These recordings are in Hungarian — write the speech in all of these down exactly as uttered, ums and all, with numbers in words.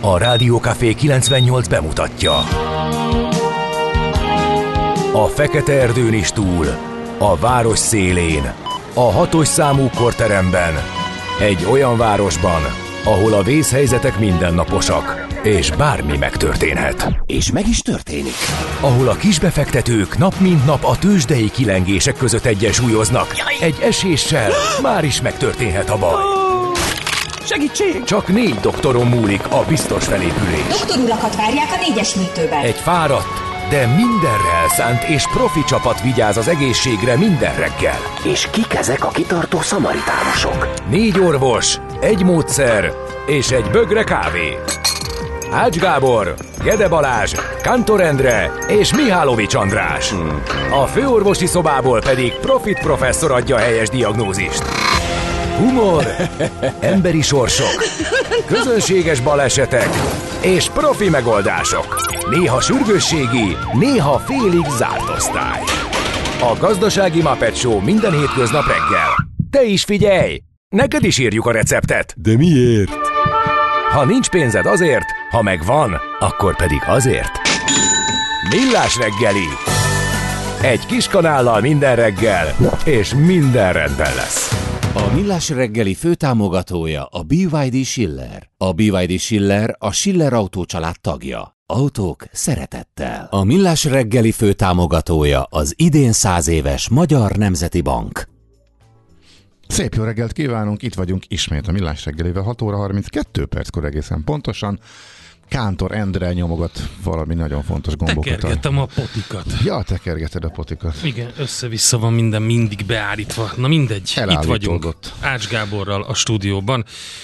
A Rádió Café kilencvennyolc bemutatja. A fekete erdőn is túl, a város szélén, a hatos számú korteremben, egy olyan városban, ahol a vészhelyzetek mindennaposak, és bármi megtörténhet. És meg is történik. Ahol a kisbefektetők nap mint nap a tőzsdei kilengések között egyensúlyoznak. Egy eséssel már is megtörténhet a baj. Segítség! Csak négy doktoron múlik a biztos felépülés. Doktor urakat várják a négyes műtőben. Egy fáradt, de mindenre elszánt és profi csapat vigyáz az egészségre minden reggel. És kik ezek a kitartó szamaritánusok? Négy orvos, egy módszer és egy bögre kávé. Ács Gábor, Gede Balázs, Kántor Endre és Mihálovics András. Hmm. A főorvosi szobából pedig Profit professzor adja a helyes diagnózist. Humor, emberi sorsok, közönséges balesetek és profi megoldások. Néha sürgősségi, néha félig zárt osztály. A Gazdasági Muppet Show minden hétköznap reggel. Te is figyelj! Neked is írjuk a receptet. De miért? Ha nincs pénzed azért, ha megvan, akkor pedig azért. Millás reggeli. Egy kis kanállal minden reggel, és minden rendben lesz. A Millás reggeli főtámogatója a bé vé dé Schiller. A bé vé dé Schiller a Schiller Autó család tagja. Autók szeretettel. A Millás reggeli főtámogatója az idén száz éves Magyar Nemzeti Bank. Szép jó reggelt kívánunk, itt vagyunk ismét a Millás reggelivel, hat óra harminckettő perckor egészen pontosan. Kántor Endre nyomogat valami nagyon fontos gombokat. Tekergetem a potikat. Ja, tekergeted a potikat. Igen, össze-vissza van minden mindig beállítva. Na mindegy, itt vagyunk Ács Gáborral a stúdióban,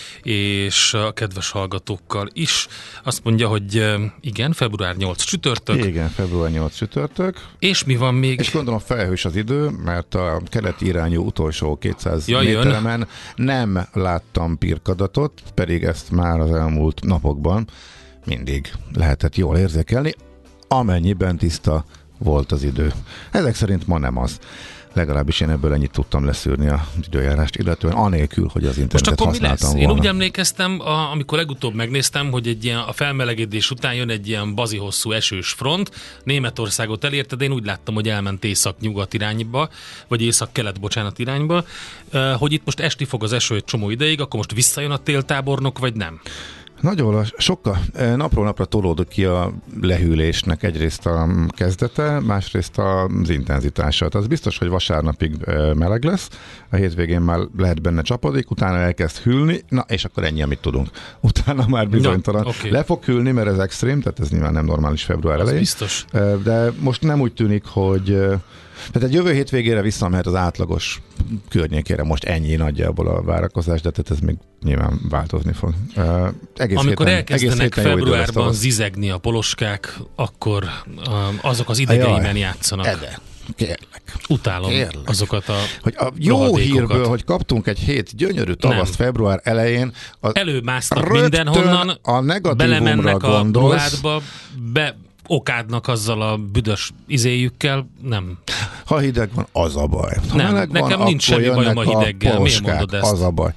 és a kedves hallgatókkal is. Azt mondja, hogy igen, február nyolcadika csütörtök. Igen, február nyolcadika csütörtök. És mi van még? És gondolom felhős az idő, mert a keleti irányú utolsó kétszáz ja, méteremen nem láttam pirkadatot, pedig ezt már az elmúlt napokban mindig lehetett jól érzékelni, amennyiben tiszta volt az idő. Ezek szerint ma nem az. Legalábbis én ebből ennyit tudtam leszűrni az időjárást, illetően anélkül, hogy az internetet használtam volna. Én úgy emlékeztem, a, amikor legutóbb megnéztem, hogy egy ilyen, a felmelegedés után jön egy ilyen bazi hosszú esős front, Németországot elérte, de én úgy láttam, hogy elment észak-nyugat irányba, vagy észak-kelet, bocsánat, irányba, hogy itt most esti fog az eső egy csomó ideig, akkor most visszajön a téltábornok, vagy nem? Nagyon lass, sokkal napról napra tolódik ki a lehűlésnek egyrészt a kezdete, másrészt az intenzitása. Az biztos, hogy vasárnapig meleg lesz, a hétvégén már lehet benne csapadék, utána elkezd hűlni, na és akkor ennyi, amit tudunk. Utána már bizonytalan. Ja, okay. Le fog hűlni, mert ez extrém, tehát ez nyilván nem normális február elején. Biztos. De most nem úgy tűnik, hogy tehát egy jövő hétvégére visszamehet az átlagos környékére, most ennyi nagyjából a várakozás, de tehát ez még nyilván változni fog. Uh, egész Amikor héten, elkezdenek februárban zizegni a poloskák, akkor um, azok az idegeimen játszanak. Ede. Kérlek. Utálom Kérlek. azokat a hogy a jó hírből, hogy kaptunk egy hét gyönyörű tavaszt február elején. Előmásznak mindenhonnan, a belemennek a gondolsz, ruhádba, be okádnak azzal a büdös izéjükkel, nem. Ha hideg van, az a baj. Ha nem, van, nekem nincs semmi bajom a hideggel. Miért mondod ezt? Az a baj.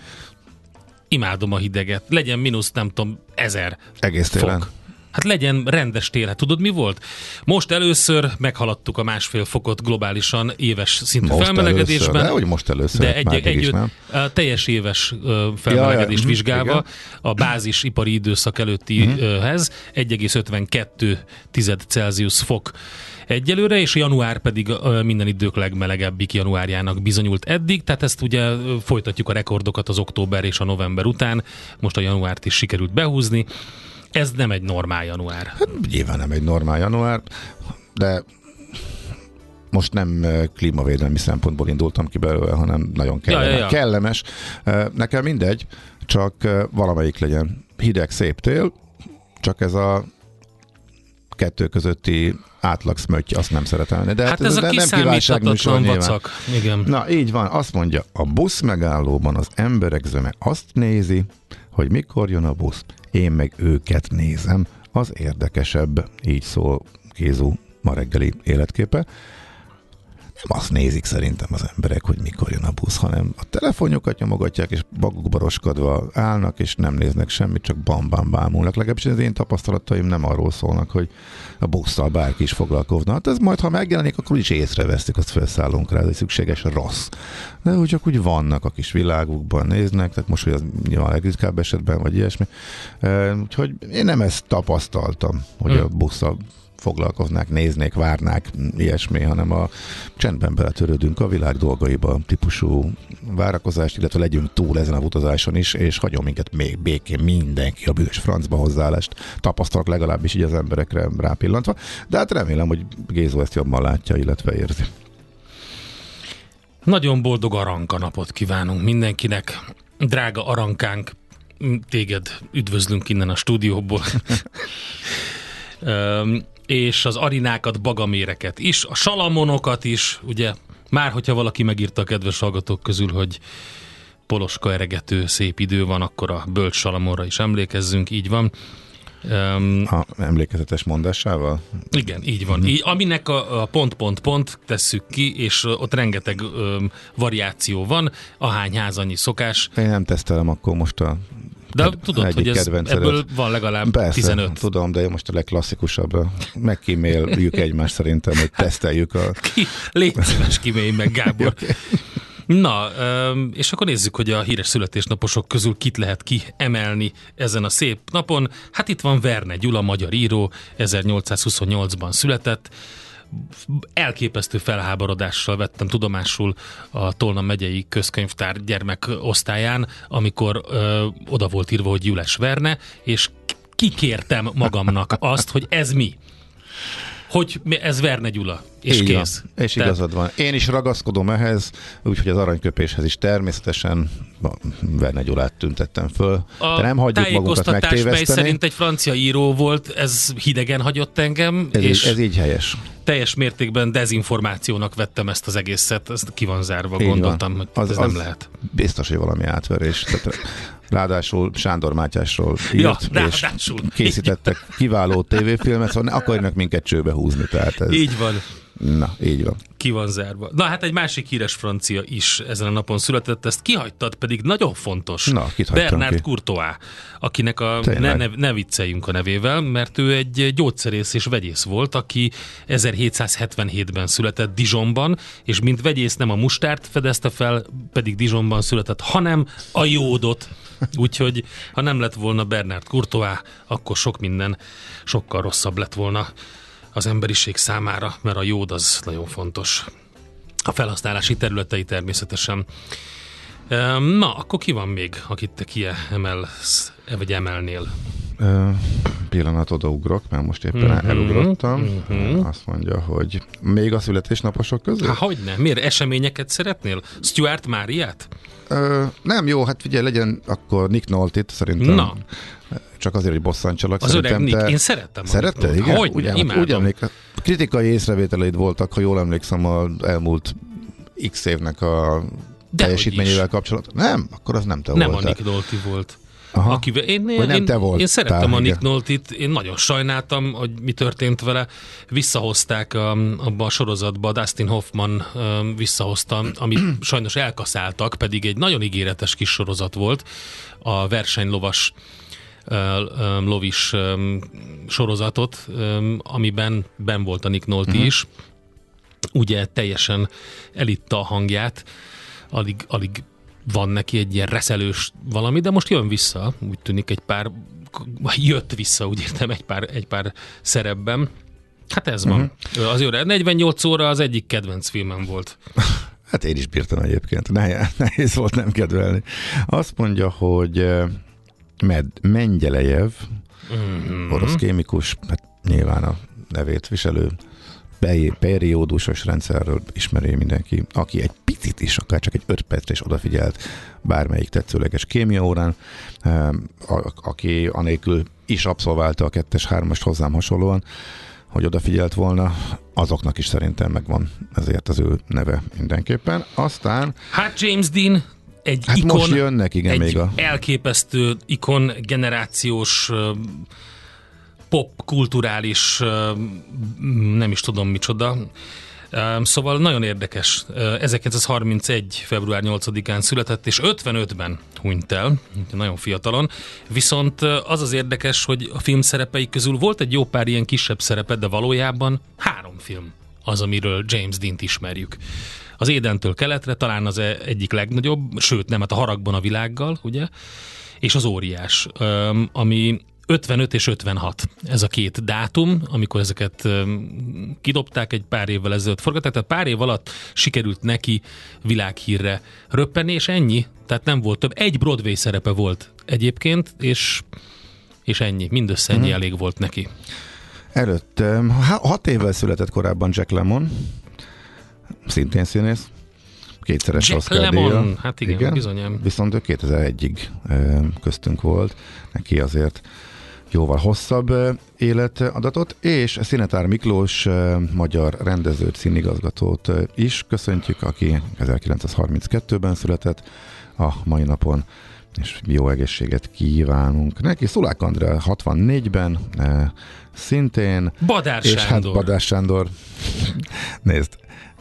Imádom a hideget. Legyen mínusz, nem tudom, ezer Egész télen. fok. Hát legyen rendes tél. Hát tudod, mi volt? Most először meghaladtuk a másfél fokot globálisan éves szintű most felmelegedésben. Először, de hogy most először. De egy, egy, egy a teljes éves felmelegedést ja, vizsgálva, igen. A bázis ipari időszak előttihez uh-huh. egy egész ötvenkettő Celsius fok egyelőre, és január pedig minden idők legmelegebbik januárjának bizonyult eddig, tehát ezt ugye folytatjuk a rekordokat az október és a november után, most a januárt is sikerült behúzni. Ez nem egy normál január. Hát nyilván nem egy normál január, de most nem klímavédelmi szempontból indultam ki belőle, hanem nagyon kellemes. Ja, ja, ja. kellemes. Nekem mindegy, csak valamelyik legyen. Hideg, szép tél, csak ez a kettő közötti átlag szmötty, azt nem szeretem. De hát ez, ez a kiszámíthatatlan vacak. Igen. Na, így van. Azt mondja, a busz megállóban az emberek zöme azt nézi, hogy mikor jön a busz. Én meg őket nézem. Az érdekesebb, így szól Kézu ma reggeli életképe. nem azt nézik szerintem az emberek, hogy mikor jön a busz, hanem a telefonjukat nyomogatják, és magukba roskadva állnak, és nem néznek semmit, csak bam-bam bámulnak. Legalábbis az én tapasztalataim nem arról szólnak, hogy a busszal bárki is foglalkozna. Hát ez majd, ha megjelenik, akkor is észrevesztük, azt felszállunk rá, hogy szükséges rossz. De úgy csak úgy vannak a kis világukban, néznek, tehát most, hogy az nyilván a legritkább esetben, vagy ilyesmi. Úgyhogy én nem ezt tapasztaltam, hogy hmm. a busszal foglalkoznák, néznék, várnák, ilyesmi, hanem a csendben beletörődünk a világ dolgaiba típusú várakozást, illetve legyünk túl ezen a utazáson is, és hagyom minket még békén mindenki a büdös francba hozzáállást tapasztalok legalábbis így az emberekre rápillantva, de hát remélem, hogy Gézó ezt jobban látja, illetve érzi. Nagyon boldog Aranka napot kívánunk mindenkinek. Drága Arankánk, téged üdvözlünk innen a stúdióból. um, és az Arinákat, Bagaméreket is, a Salamonokat is, ugye, már hogyha valaki megírta a kedves hallgatók közül, hogy poloska eregető szép idő van, akkor a bölcs Salamonra is emlékezzünk, így van. Um, a emlékezetes mondásával? Igen, így van. Mm-hmm. Így, aminek a, a pont-pont-pont tesszük ki, és ott rengeteg um, variáció van, ahány ház, annyi szokás. Én nem tesztelem akkor most a de Ed, tudod, hogy ez, ebből van legalább Persze, tizenöt. Tudom, de most a legklasszikusabbra megkíméljük egymást szerintem, hogy teszteljük a... Ki, légy szíves, kímélj meg, Gábor. Okay. Na, és akkor nézzük, hogy a híres születésnaposok közül kit lehet kiemelni ezen a szép napon. Hát itt van Verne Gyula, magyar író, ezernyolcszázhuszonnyolcban született. Elképesztő felháborodással vettem tudomásul a Tolna megyei közkönyvtár gyermekosztályán, amikor ö, oda volt írva, hogy Jules Verne, és kikértem magamnak azt, hogy ez mi. Hogy ez Verne Gyula, és így kész. Van. És Tehát... igazad van. Én is ragaszkodom ehhez, úgyhogy az aranyköpéshez is természetesen Verne Gyulát tüntettem föl. A de nem hagyjuk magunkat megtéveszteni. Mely szerint egy francia író volt, ez hidegen hagyott engem. Ez, és így, ez így helyes. Teljes mértékben dezinformációnak vettem ezt az egészet, ez ki van zárva, így gondoltam, van. hogy az, ez az nem lehet. Biztos, hogy valami átverés. Tehát, ráadásul Sándor Mátyásról írt, ja, és készítettek kiváló tévéfilmet, szóval ne akarjanak minket csőbe húzni. Tehát ez... Így van. Na, így van. Ki van zárva. Na hát egy másik híres francia is ezen a napon született, ezt kihagytad, pedig nagyon fontos. Na, kit hagytam Bernard ki? Courtois, akinek a ne, ne, ne vicceljünk a nevével, mert ő egy gyógyszerész és vegyész volt, aki ezerhétszázhetvenhétben született Dijonban, és mint vegyész nem a mustárt fedezte fel, pedig Dijonban született, hanem a jódot. Úgyhogy ha nem lett volna Bernard Courtois, akkor sok minden sokkal rosszabb lett volna az emberiség számára, mert a jód az nagyon fontos. A felhasználási területei természetesen. Na, akkor ki van még, akit te kiemelsz, vagy emelnél? Uh, pillanat, odaugrok, mert most éppen mm-hmm, elugrottam. Mm-hmm. Azt mondja, hogy még a születésnaposok közül? Há, hogyne? Miért? Eseményeket szeretnél? Stuart Máriát? Uh, nem, jó, hát figyelj, legyen akkor Nick Noltit, szerintem. Na. Csak azért, hogy bosszantsalak. Az öreg Nick, te... én szerettem. Szeretted? Igen? Hogy ugyan, imádom. Úgy emlék, kritikai észrevételeid voltak, ha jól emlékszem, az elmúlt X évnek a de teljesítményével kapcsolatban. Nem? Akkor az nem te nem voltál. Nem a Nick Nolte volt. Akivel, én, én, nem te én, én szerettem a Nick igen. Noltit, én nagyon sajnáltam, hogy mi történt vele. Visszahozták a, abba a sorozatba, Dustin Hoffman um, visszahozta, amit sajnos elkaszáltak, pedig egy nagyon ígéretes kis sorozat volt. A versenylovas uh, um, lovis um, sorozatot, um, amiben ben volt a Nick Nolte uh-huh. is. Ugye teljesen elitta a hangját, alig, alig van neki egy ilyen reszelős valami, de most jön vissza, úgy tűnik egy pár, jött vissza, úgy értem, egy pár, egy pár szerepben. Hát ez van. Uh-huh. Az jó, negyvennyolc óra az egyik kedvenc filmem volt. Hát én is bírtam egyébként. Nehéz, nehéz volt nem kedvelni. Azt mondja, hogy Med, Mengyelejev, uh-huh. orosz kémikus, hát nyilván a nevét viselő, periódusos rendszerről ismeri mindenki, aki egy picit is, akár csak egy öt percre is odafigyelt bármelyik tetszőleges kémiaórán, aki anélkül is abszolválta a kettes, hármast hozzám hasonlóan, hogy odafigyelt volna, azoknak is szerintem megvan ezért az ő neve mindenképpen. Aztán... Hát James Dean, egy hát ikon, most jönnek, igen, egy még a... elképesztő ikon, generációs pop, kulturális, nem is tudom micsoda. Szóval nagyon érdekes. ezerkilencszázharmincegy. február nyolcadikán született, és ötvenötben hunyt el, nagyon fiatalon. Viszont az az érdekes, hogy a film szerepei közül volt egy jó pár ilyen kisebb szerepet, de valójában három film az, amiről James Deant ismerjük. Az Édentől keletre talán az egyik legnagyobb, sőt nem, hát a Haragban a világgal, ugye? És az Óriás, ami ötvenöt és ötvenhat, ez a két dátum, amikor ezeket um, kidobták egy pár évvel ezelőtt forgatták, tehát pár év alatt sikerült neki világhírre röppenni, és ennyi, tehát nem volt több. Egy Broadway szerepe volt egyébként, és, és ennyi, mindössze ennyi uh-huh. elég volt neki. Előtt, hat évvel született korábban Jack Lemmon, szintén színész, kétszeres Oscar-díja. Hát igen, igen, bizonyám. Viszont ő kétezer-egyig köztünk volt, neki azért jóval hosszabb életadatot, és Szinetár Miklós magyar rendezőt, színigazgatót is köszöntjük, aki ezerkilencszázharminckettőben született a mai napon, és jó egészséget kívánunk neki. Szulák Andrea hatvannégyben szintén. Badár és Sándor. Hát Badár Sándor. Nézd,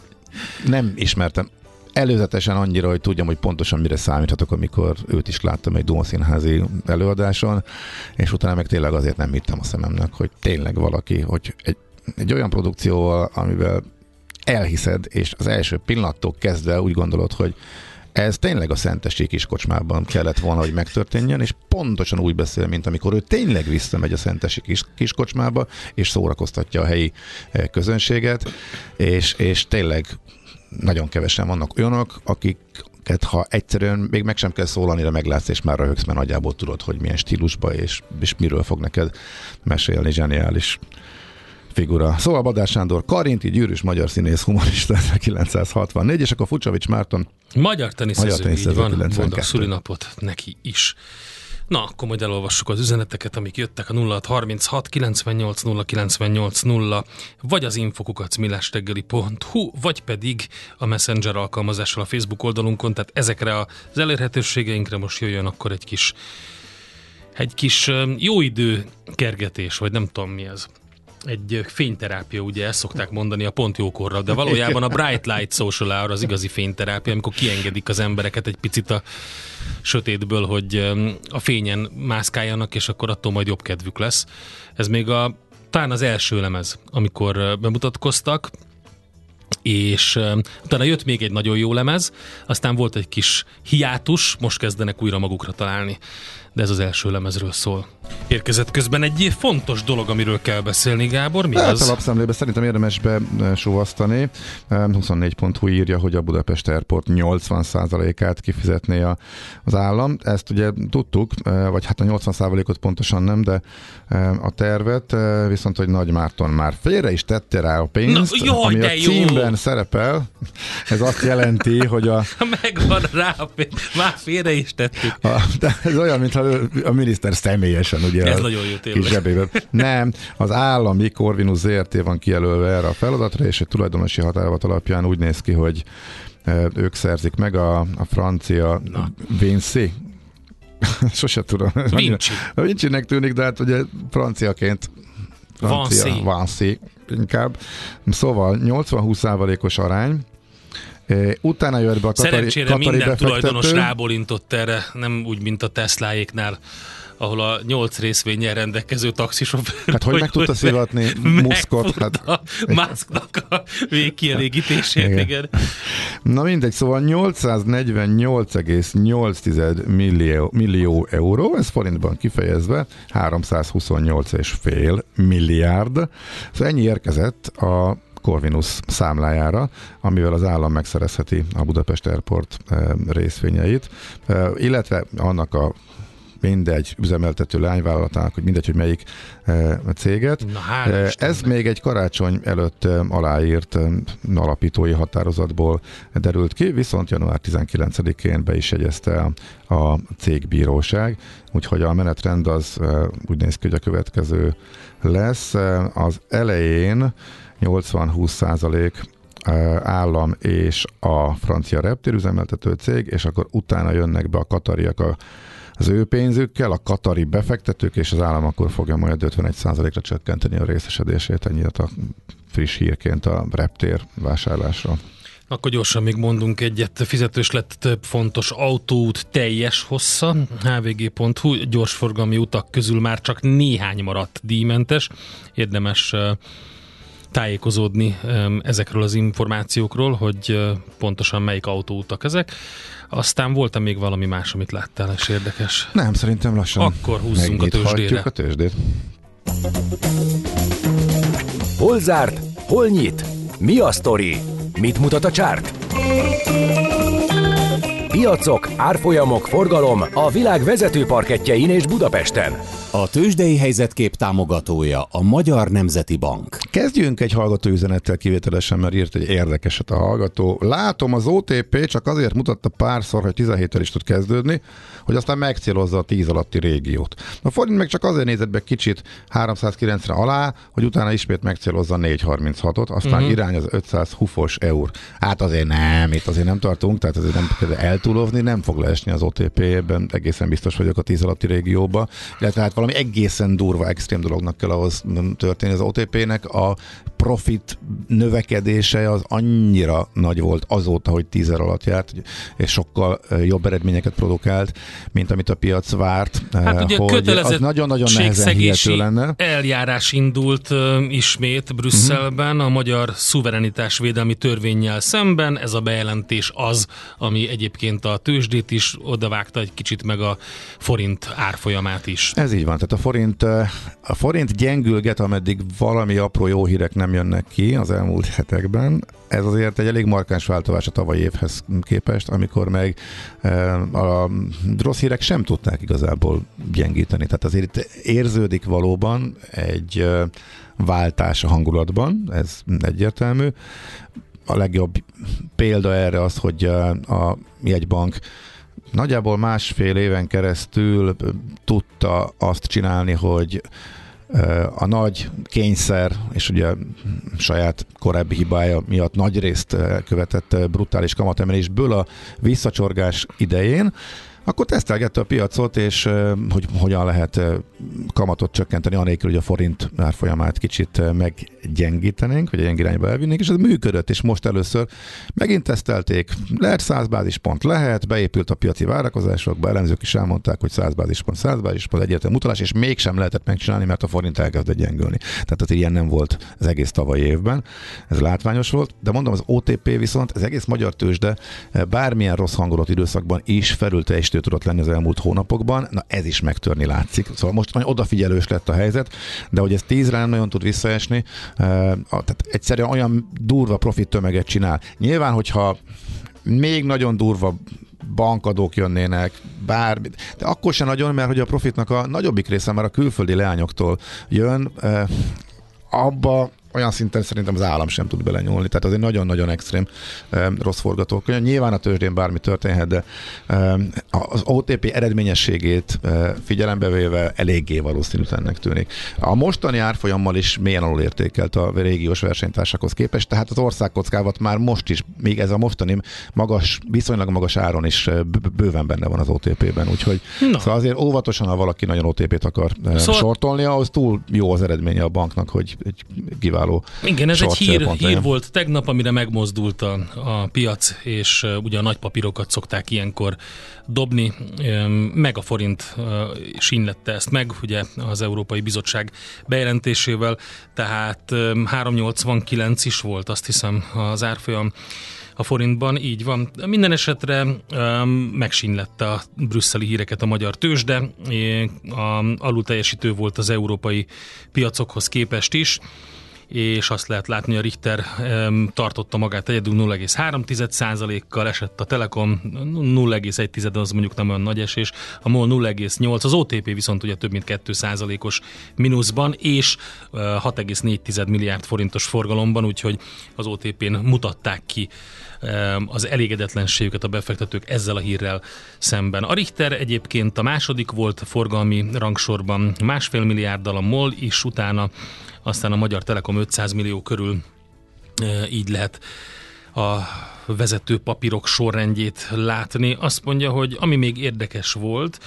nem ismertem előzetesen annyira, hogy tudjam, hogy pontosan mire számíthatok, amikor őt is láttam egy Dómszínházi előadáson, és utána meg tényleg azért nem hittem a szememnek, hogy tényleg valaki, hogy egy, egy olyan produkcióval, amivel elhiszed, és az első pillanattól kezdve úgy gondolod, hogy ez tényleg a Szentesi Kiskocsmában kellett volna, hogy megtörténjen, és pontosan úgy beszél, mint amikor ő tényleg visszamegy a Szentesi kis, Kiskocsmába, és szórakoztatja a helyi közönséget, és, és tényleg nagyon kevesen vannak olyanok, akiket ha egyszerűen még meg sem kell szólalni, de meglátsz, és már röhögsz, mert nagyjából tudod, hogy milyen stílusba, és, és miről fog neked mesélni, zseniális figura. Szóval Badár Sándor, karinti, gyűrűs magyar színész, humorista, ezerkilencszázhatvannégy, és akkor Fucsovics Márton. Magyar teniszező, így van, boldog szülinapot neki is. Na, akkor majd elolvassuk az üzeneteket, amik jöttek a nulla hat harminchat kilencvennyolc nulla kilencvennyolc nulla, vagy az infokukac millásreggeli pont hu, vagy pedig a Messenger alkalmazással a Facebook oldalunkon, tehát ezekre az elérhetőségeinkre most jöjjön akkor egy kis egy kis jó idő kergetés, vagy nem tudom mi ez. Egy fényterápia, ugye ezt szokták mondani a pont jókorra, de valójában a Bright Light Social Hour az igazi fényterápia, amikor kiengedik az embereket egy picit a sötétből, hogy a fényen mászkáljanak, és akkor attól majd jobb kedvük lesz. Ez még a, talán az első lemez, amikor bemutatkoztak, és uh, utána jött még egy nagyon jó lemez, aztán volt egy kis hiátus, most kezdenek újra magukra találni, de ez az első lemezről szól. Érkezett közben egy fontos dolog, amiről kell beszélni, Gábor, mi hát az? A lapszemlébe szerintem érdemes besúvasztani. huszonnégy pont hu írja, hogy a Budapest Airport nyolcvan százalékát kifizetné a, az állam. Ezt ugye tudtuk, vagy hát a nyolcvan százalékot pontosan nem, de a tervet, viszont hogy Nagy Márton már félre is tette rá a pénzt, Na, jaj, ami a jó. címben szerepel. Ez azt jelenti, hogy a... Megvan rá a pénz, már félre is tettük. A, de ez olyan, mintha a miniszter személyesen ugye ez a nagyon jó, kis zsebében. Nem, az állami Corvinus zé er té van kijelölve erre a feladatra, és egy tulajdonosi határozott alapján úgy néz ki, hogy ők szerzik meg a, a francia Vinci. Sose tudom. Vinci. Vincinek tűnik, de hát ugye franciaként francia, Vinci inkább. Szóval nyolcvan-húsz százalékos arány. Utána jött be a Katari, Szerencsére Katari minden befektető. tulajdonos rábólintott erre, nem úgy, mint a Tesláéknál, ahol a nyolc részvénnyel rendelkező taxisofőr. Hát hogy, hogy meg tudta szivatni Muskot? Hát. Musknak a végkielégítését, igen. igen. Na mindegy, szóval nyolcszáznegyvennyolc egész nyolc millió, millió euró, ez forintban kifejezve háromszázhuszonnyolc egész öt milliárd. Szóval ennyi érkezett a Corvinus számlájára, amivel az állam megszerezheti a Budapest Airport részvényeit, illetve annak a mindegy üzemeltető lányvállalatának, hogy mindegy, hogy melyik céget. Na, Ez még egy karácsony előtt aláírt alapítói határozatból derült ki, viszont január tizenkilencedikén be is jegyezte a cégbíróság, úgyhogy a menetrend az úgy néz ki, hogy a következő lesz. Az elején nyolcvan-húsz százalék állam és a francia reptérüzemeltető cég, és akkor utána jönnek be a katariak a, az ő pénzükkel, a katari befektetők és az állam akkor fogja majd ötvenegy százalékra csökkenteni a részesedését, ennyit a friss hírként a reptér vásárlásra. Akkor gyorsan még mondunk egyet. Fizetős lett több fontos autóút teljes hossza. há vé gé pont hú gyorsforgalmi utak közül már csak néhány maradt díjmentes. Érdemes tájékozódni ezekről az információkról, hogy pontosan melyik autóutak ezek. Aztán volt-e még valami más, amit láttál, és érdekes? Nem, szerintem lassan akkor húzzunk a tőzsdére. a tőzsdét. Hol zárt? Hol nyit? Mi a sztori? Mit mutat a csárt? Piacok, árfolyamok, forgalom a világ vezető parkettjein és Budapesten. A tőzsdei helyzetkép támogatója a Magyar Nemzeti Bank. Kezdjünk egy hallgató üzenettel kivételesen, mert írt egy érdekeset a hallgató. Látom, az o té pé csak azért mutatta párszor, hogy tizenhéttel is tud kezdődni, hogy aztán megcélozza a tíz alatti régiót. A forint meg csak azért nézett be kicsit háromszázkilencven alá, hogy utána ismét megcélozza a négyszázharminchatot, aztán uh-huh. irány az ötszáz hufos eur. Hát azért nem, itt azért nem tartunk, tehát azért nem kell eltúlozni, nem fog leesni az o té pé-ben, egészen biztos vagyok a tíz alatti régióba, illetve hát valami egészen durva, extrém dolognak kell ahhoz történni az o té pé-nek. A profit növekedése az annyira nagy volt azóta, hogy tízer alatt járt, és sokkal jobb eredményeket produkált, mint amit a piac várt. Hát ugye hogy az nagyon-nagyon nehezen hihető lenne. Eljárás indult uh, ismét Brüsszelben uh-huh. a magyar szuverenitásvédelmi törvénnyel szemben. Ez a bejelentés az, ami egyébként a tőzsdét is odavágta egy kicsit, meg a forint árfolyamát is. Ez így van, tehát a forint, a forint gyengülget, ameddig valami apró jó hírek nem jönnek ki az elmúlt hetekben. Ez azért egy elég markáns változás a tavalyi évhez képest, amikor meg a rossz hírek sem tudták igazából gyengíteni. Tehát azért itt érződik valóban egy váltás a hangulatban, ez egyértelmű. A legjobb példa erre az, hogy a jegybank nagyjából másfél éven keresztül tudta azt csinálni, hogy a nagy kényszer, és ugye saját korábbi hibája miatt nagyrészt követett brutális kamatemelésből a visszacsorgás idején, akkor tesztelgette a piacot, és hogy hogyan lehet kamatot csökkenteni, anélkül, hogy a forint árfolyamát kicsit meggyengítenénk, vagy egy gyeng irányba elvinnénk, és ez működött, és most először megint tesztelték, lehet száz bázispont, lehet, beépült a piaci várakozásokba, elemzők is elmondták, hogy száz bázispont, száz bázispont egyértelmű utalás, és mégsem lehetett megcsinálni, mert a forint elkezdett gyengülni. Tehát az ilyen nem volt az egész tavalyi évben, ez látványos volt, de mondom, az o té pé viszont, az egész magyar tőzsde bármilyen rossz hangulat időszakban is felülteljesítő tudott lenni az elmúlt hónapokban, na ez is megtörni látszik. Szóval most nagyon odafigyelős lett a helyzet, de hogy ez tízre nem nagyon tud visszaesni, tehát egyszerűen olyan durva profit tömeget csinál. Nyilván, hogyha még nagyon durva bankadók jönnének, bármi, de akkor sem nagyon, mert hogy a profitnak a nagyobbik része már a külföldi leányoktól jön, abba olyan szinten szerintem az állam sem tud belenyúlni, tehát azért nagyon-nagyon extrém e, rossz forgatókönyv. Nyilván a tőzsdén bármi történhet, de e, az o té pé eredményességét e, figyelembe véve eléggé valószínűtlennek tűnik. A mostani árfolyammal is mélyen alul értékelt a régiós versenytársakhoz képest, tehát az országkockávat már most is, még ez a mostani magas, viszonylag magas áron is bőven benne van az o té pében, úgyhogy no. Szóval azért óvatosan, ha valaki nagyon o té pét akar e, szóval... sortolni, ahhoz túl jó az eredménye a banknak, hogy egy kiváló. Igen, ez egy hír, hír volt tegnap, amire megmozdult a, a piac, és uh, ugye a nagy papírokat szokták ilyenkor dobni, um, meg a forint uh, sínlette ezt meg, ugye az Európai Bizottság bejelentésével, tehát um, három nyolcvankilenc is volt, azt hiszem, az árfolyam a forintban, így van. Minden esetre um, megsínlette a brüsszeli híreket a magyar tőzsde, a, alul teljesítő volt az európai piacokhoz képest is, és azt lehet látni, hogy a Richter um, tartotta magát egyedül nulla egész három százalékkal, esett a Telekom nulla egész egy, az mondjuk nem olyan nagy esés, a MOL nulla egész nyolc, az o té pé viszont ugye több mint két százalékos mínuszban, és uh, hat egész négy milliárd forintos forgalomban, úgyhogy az o té pén mutatták ki um, az elégedetlenségüket a befektetők ezzel a hírrel szemben. A Richter egyébként a második volt forgalmi rangsorban másfél milliárddal, a MOL is utána, aztán a Magyar Telekom ötszáz millió körül, így lehet a vezető papírok sorrendjét látni. Azt mondja, hogy ami még érdekes volt,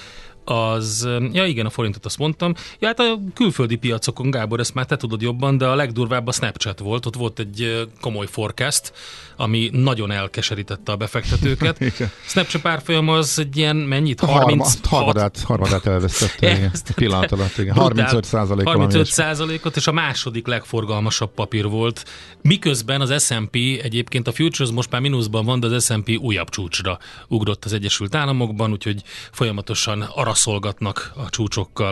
az, ja igen, a forintot azt mondtam, ja hát a külföldi piacokon, Gábor, ezt már te tudod jobban, de a legdurvább a Snapchat volt, ott volt egy komoly forecast, ami nagyon elkeserítette a befektetőket. Snapchat árfolyam az egy ilyen mennyit? harminchat Harmadát, harmadát elvesztette pillanat alatt, igen. harmincöt százalékot harmincöt százalékot, és a második legforgalmasabb papír volt. Miközben az es and pé, egyébként a Futures most már mínuszban van, de az es and pé újabb csúcsra ugrott az Egyesült Államokban, úgyhogy folyamatosan araszolgatnak a csúcsokkal.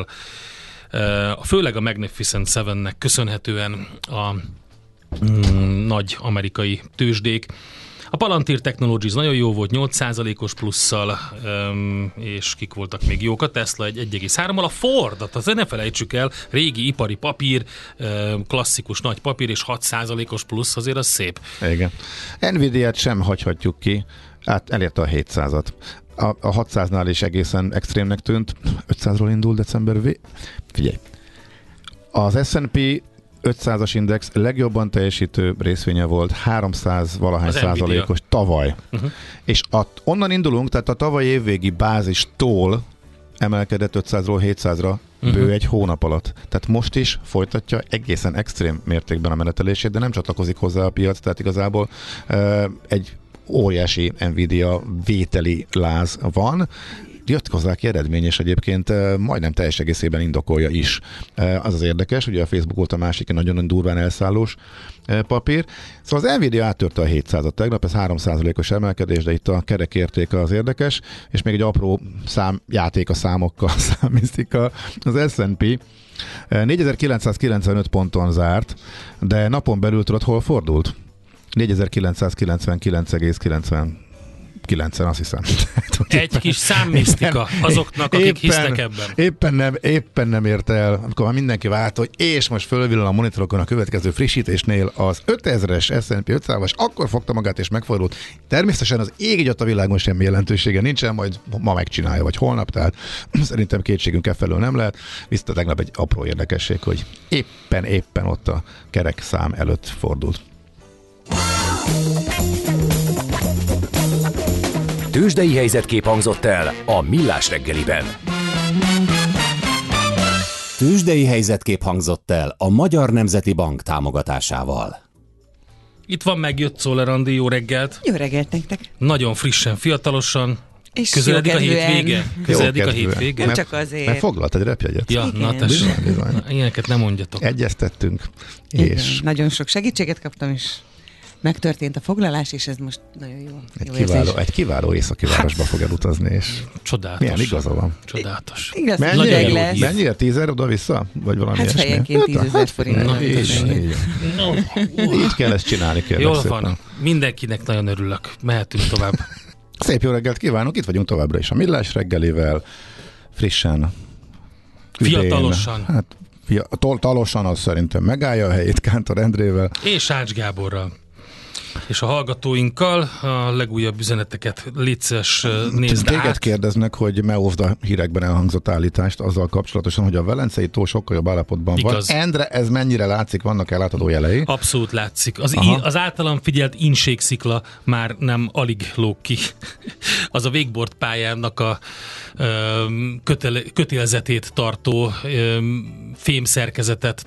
Főleg a Magnificent Sevennek köszönhetően a mm, nagy amerikai tőzsdék. A Palantir Technologies nagyon jó volt, nyolc százalékos plusszal, um, és kik voltak még jók? A Tesla egy egy egész hárommal, a Ford, az ne felejtsük el, régi ipari papír, um, klasszikus nagy papír, és hat százalékos plusz, azért az szép. Igen. Nvidia-t sem hagyhatjuk ki, hát elérte a hétszázat. A, a hatszáznál is egészen extrémnek tűnt, ötszázról indul december vé... Figyelj! Az es and pé ötszázas index legjobban teljesítő részvénye volt, háromszáz valahány százalékos tavaly. Uh-huh. És a, onnan indulunk, tehát a tavaly évvégi bázistól emelkedett ötszázról hétszázra uh-huh. bő egy hónap alatt. Tehát most is folytatja egészen extrém mértékben a menetelését, de nem csatlakozik hozzá a piac, tehát igazából uh, egy óriási Nvidia vételi láz van. Jött hozzá ki eredmény, és egyébként majdnem teljes egészében indokolja is. Az az érdekes, ugye a Facebook volt a másik nagyon durván elszállós papír. Szóval az Nvidia áttörte a hétszázat tegnap, ez három százalékos emelkedés, de itt a kerek értéke az érdekes, és még egy apró szám, játék a számokkal számízik az es and pé. négyezer-kilencszázkilencvenöt ponton zárt, de napon belül tudod, hol fordult? négyezer-kilencszázkilencvenkilenc egész kilencven, azt hiszem. Egy kis számmisztika azoknak, akik éppen, hisznek ebben. Éppen nem, éppen nem érte el, amikor már mindenki várt, hogy és most fölvillan a monitorokon a következő frissítésnél az ötezres es and pé ötszázas, akkor fogta magát és megfordult. Természetesen az ég egy a világon semmi jelentősége nincsen, majd ma megcsinálja, vagy holnap, tehát szerintem kétségünk e felől nem lehet. Viszont tegnap egy apró érdekesség, hogy éppen, éppen ott a kerek szám előtt fordult. Tőzsdei helyzetkép hangzott el a Millás reggeliben. Tőzsdei helyzetkép hangzott el a Magyar Nemzeti Bank támogatásával. Itt van, megjött Czoller Andi, jó reggelt! Jó reggelt nektek! Nagyon frissen, fiatalosan. És közeledik a hétvége? Közeledik a hétvége? Nem csak azért. Mert foglalt egy repjegyet. Ja, na tessék. Ilyeneket nem mondjatok. Egyeztettünk. Igen, és nagyon sok segítséget kaptam, és megtörtént a foglalás, és ez most nagyon jó. Egy, jó kiváló, egy kiváló északi városba hát, fog elutazni, és csodálatos. Milyen igaza van. Csodálatos. Igaz, mennyire, lesz. mennyire tízer oda-vissza? Vagy valami hát fejenként tízezer forint. Na, így, így. így kell ezt csinálni, kérlek jól szépen. Van. Mindenkinek nagyon örülök. Mehetünk tovább. Szép jó reggelt kívánok, itt vagyunk továbbra is a Millás reggelivel, frissen, fiatalosan. Hát, fiatalosan az szerintem megállja a helyét Kántor Endrével. És Ács Gáborral. És a hallgatóinkkal a legújabb üzeneteket létszes nézd Téged át. kérdeznek, hogy meóvd a hírekben elhangzott állítást azzal kapcsolatosan, hogy a Velencei tó sokkal jobb állapotban Igaz. van. Endre, ez mennyire látszik, vannak ellátható jelei? Abszolút látszik. Az, í- az általam figyelt inségszikla már nem alig lóg ki. Az a wakeboard pályának a ö, kötele, kötélzetét tartó ö, fémszerkezetet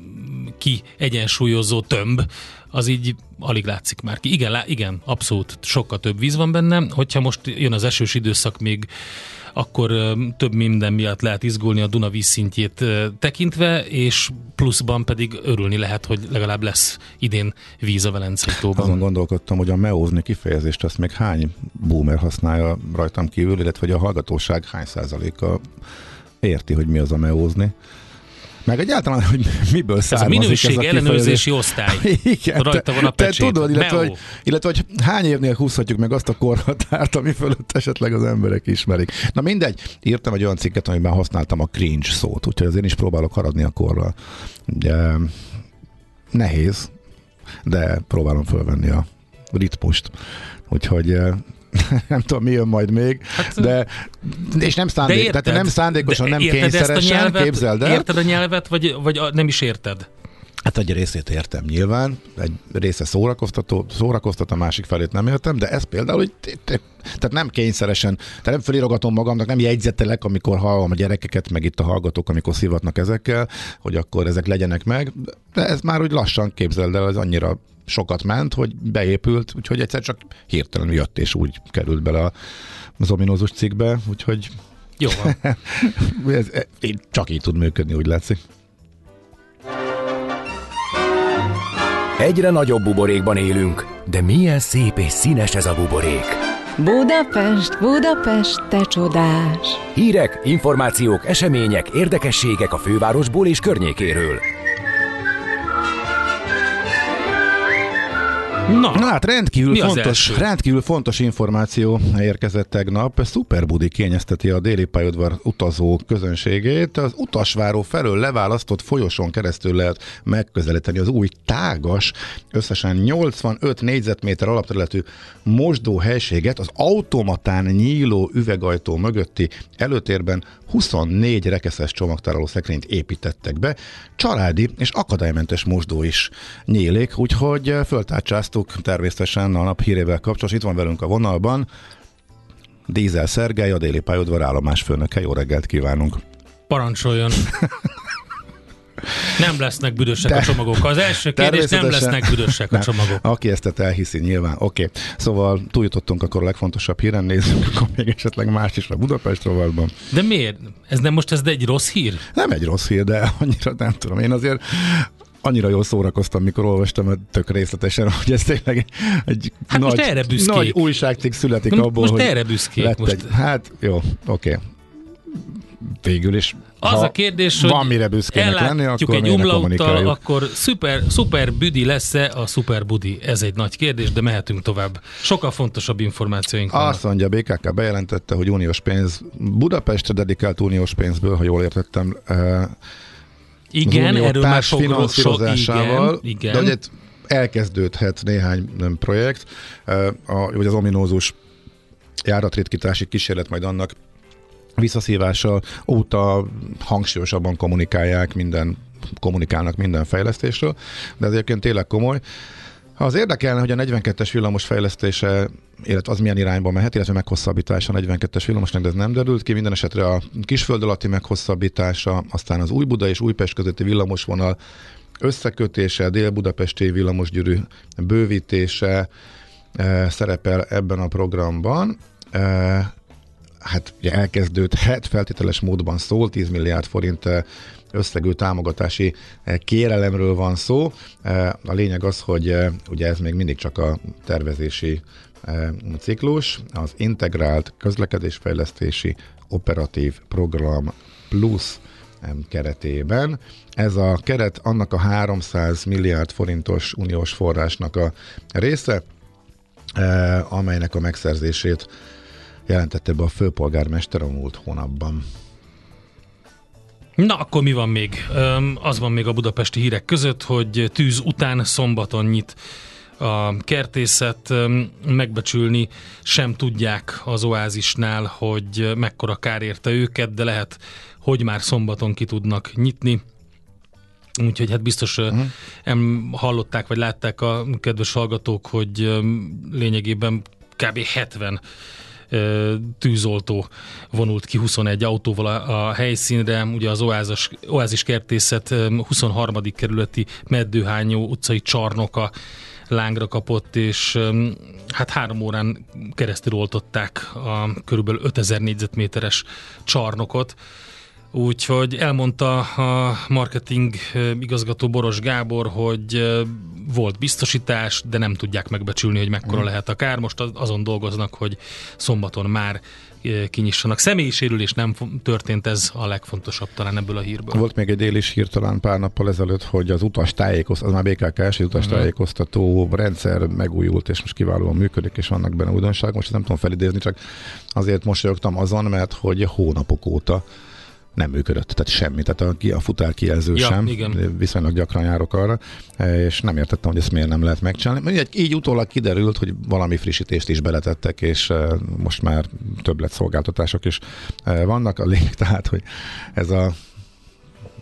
ki egyensúlyozó tömb, az így alig látszik már ki. Igen, lá, igen, abszolút sokkal több víz van benne. Hogyha most jön az esős időszak még, akkor ö, több minden miatt lehet izgulni a Duna vízszintjét ö, tekintve, és pluszban pedig örülni lehet, hogy legalább lesz idén víz a Velencei tóban. Azon gondolkodtam, hogy a meózni kifejezést azt még hány boomer használja rajtam kívül, illetve hogy a hallgatóság hány százaléka érti, hogy mi az a meózni. Meg egyáltalán, hogy miből származik ez a minőség ellenőrzési osztály. Igen, rajta van a pecsét. Te tudod, illetve hogy, illetve hogy hány évnél húzhatjuk meg azt a korhatárt, ami fölött esetleg az emberek ismerik. Na mindegy, írtam egy olyan cikket, amiben használtam a cringe szót, úgyhogy azért is próbálok haradni a korral. Ugye, nehéz, de próbálom fölvenni a ritmust. Úgyhogy nem tudom, mi jön majd még, hát, de és nem, szándék, érted, tehát nem szándékosan, nem kényszeresen, nyelvet, képzeld el. Érted a nyelvet, vagy, vagy a, nem is érted? Hát egy részét értem nyilván, egy része szórakoztató, szórakoztat, a másik felét nem értem, de ez például, hogy tehát nem kényszeresen, tehát nem felírogatom magamnak, nem jegyzetelek, amikor hallom a gyerekeket, meg itt a hallgatók, amikor szivatnak ezekkel, hogy akkor ezek legyenek meg, de ez már úgy lassan képzeld el, az annyira sokat ment, hogy beépült, úgyhogy egyszer csak hirtelen jött, és úgy került bele az ominózus cikkbe, úgyhogy jó van. ez, csak így tud működni, úgy látszik. Egyre nagyobb buborékban élünk, de milyen szép és színes ez a buborék. Budapest, Budapest, te csodás! Hírek, információk, események, érdekességek a fővárosból és környékéről. Na, Na hát rendkívül fontos, rendkívül fontos információ érkezett tegnap. Szuperbudi kényezteti a déli pályaudvar utazó közönségét. Az utasváró felől leválasztott folyosón keresztül lehet megközelíteni az új tágas, összesen nyolcvanöt négyzetméter alapterületű mosdóhelységet az automatán nyíló üvegajtó mögötti előtérben huszonnégy rekeszes csomagtároló szekrényt építettek be. Családi és akadálymentes mosdó is nyílik, úgyhogy föltárcsáztuk természetesen a nap hírével kapcsolatos. Itt van velünk a vonalban Dízel Szergely, a déli pályaudvar állomás főnöke. Jó reggelt kívánunk! Parancsoljon! Nem lesznek büdösek De, a csomagok. Az első kérdés, nem lesznek büdösek a csomagok. Aki ezt elhiszi, nyilván. Oké. Okay. Szóval túljutottunk akkor a legfontosabb híren, nézzük, akkor még esetleg más is a Budapest rovatban. De miért? Ez nem most ez egy rossz hír? Nem egy rossz hír, de annyira nem tudom. Én azért annyira jól szórakoztam, mikor olvastam tök részletesen, hogy ez tényleg egy hát nagy, nagy újságcikk születik most abból, most hogy erre büszkék. Most... Egy, hát jó, oké. Okay. Végül is. Az a kérdés, hogy van mire büszkének lenni, akkor egy umlauttal, akkor szuper, szuper büdi lesz-e a szuper budi? Ez egy nagy kérdés, de mehetünk tovább. Sokkal fontosabb információink vannak. Azt mondja, bé ká ká bejelentette, hogy uniós pénz, Budapestre dedikált uniós pénzből, ha jól értettem, igen, erről már sok, finanszírozásával, igen, igen. De ugye elkezdődhet néhány projekt, vagy az ominózus járatritkítási kísérlet majd annak visszaszívása óta hangsúlyosabban kommunikálják minden, kommunikálnak minden fejlesztésről, de ez egyébként tényleg komoly. Az érdekelne, hogy a negyvenkettes villamos fejlesztése, illetve az milyen irányba mehet, illetve meghosszabbítása a negyvenkettes villamosnak, de ez nem derült ki. Minden esetre a Kisföld alatti meghosszabbítása, aztán az Újbuda és Újpest közötti villamosvonal összekötése, Dél-Budapesti villamosgyűrű bővítése e, szerepel ebben a programban. E, hát ugye elkezdődhet, feltételes módban szól, tíz milliárd forint összegű támogatási kérelemről van szó. A lényeg az, hogy ugye ez még mindig csak a tervezési ciklus, az integrált közlekedésfejlesztési operatív program plusz keretében. Ez a keret annak a háromszáz milliárd forintos uniós forrásnak a része, amelynek a megszerzését jelentette be a főpolgármester a múlt hónapban. Na, akkor mi van még? Az van még a budapesti hírek között, hogy tűz után szombaton nyit a kertészet. Megbecsülni sem tudják az Oázisnál, hogy mekkora kár érte őket, de lehet, hogy már szombaton ki tudnak nyitni. Úgyhogy hát biztos uh-huh. em, hallották, vagy látták a kedves hallgatók, hogy lényegében kb. hetven tűzoltó vonult ki huszonegy autóval a, a helyszínre. Ugye az Oázis, Oázis kertészet huszonharmadik kerületi Meddőhányó utcai csarnoka lángra kapott, és hát három órán keresztül oltották a körülbelül ötezer négyzetméteres csarnokot. Úgyhogy elmondta a marketing igazgató Boros Gábor, hogy volt biztosítás, de nem tudják megbecsülni, hogy mekkora mm. lehet a kár. Most azon dolgoznak, hogy szombaton már kinyissanak. Személyi sérülés nem történt, ez a legfontosabb talán ebből a hírből. Volt még egy délis hír talán pár nappal ezelőtt, hogy az utas tájékoztató, az már bé ká ká-s utas tájékoztató rendszer megújult, és most kiválóan működik, és vannak benne újdonságok. Most nem tudom felidézni, csak azért mosolyogtam azon, mert hogy hónapok óta nem működött, tehát semmi, tehát a, a futárkijelző ja, sem, igen. Viszonylag gyakran járok arra, és nem értettem, hogy ezt miért nem lehet megcsinálni. Így, így utólag kiderült, hogy valami frissítést is beletettek, és most már többlet szolgáltatások is vannak. A lényeg tehát, hogy ez a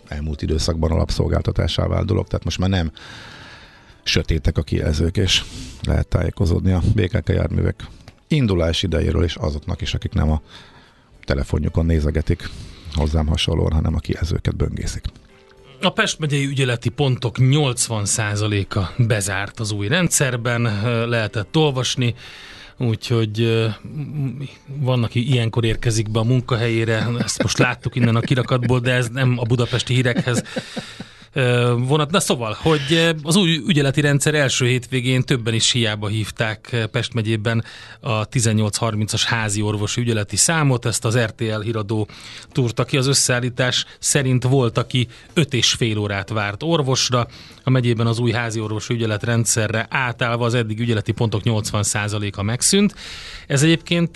elmúlt időszakban alapszolgáltatásá vált dolog, tehát most már nem sötétek a kijelzők, és lehet tájékozódni a bé ká ká járművek indulás idejéről, és azoknak is, akik nem a telefonjukon nézegetik hozzám hasonlóan, hanem a kijelzőket böngészik. A Pest megyei ügyeleti pontok nyolcvan százaléka bezárt az új rendszerben, lehetett olvasni, úgyhogy van, aki ilyenkor érkezik be a munkahelyére, ezt most láttuk innen a kirakatból, de ez nem a budapesti hírekhez vonat. Na szóval, hogy az új ügyeleti rendszer első hétvégén többen is hiába hívták Pest megyében a tizennyolc harmincas házi orvosi ügyeleti számot, ezt az er té el híradó túrta ki. Az összeállítás szerint volt, aki öt és fél órát várt orvosra. A megyében az új házi orvosi ügyeletrendszerre átállva az eddig ügyeleti pontok nyolcvan százaléka megszűnt. Ez egyébként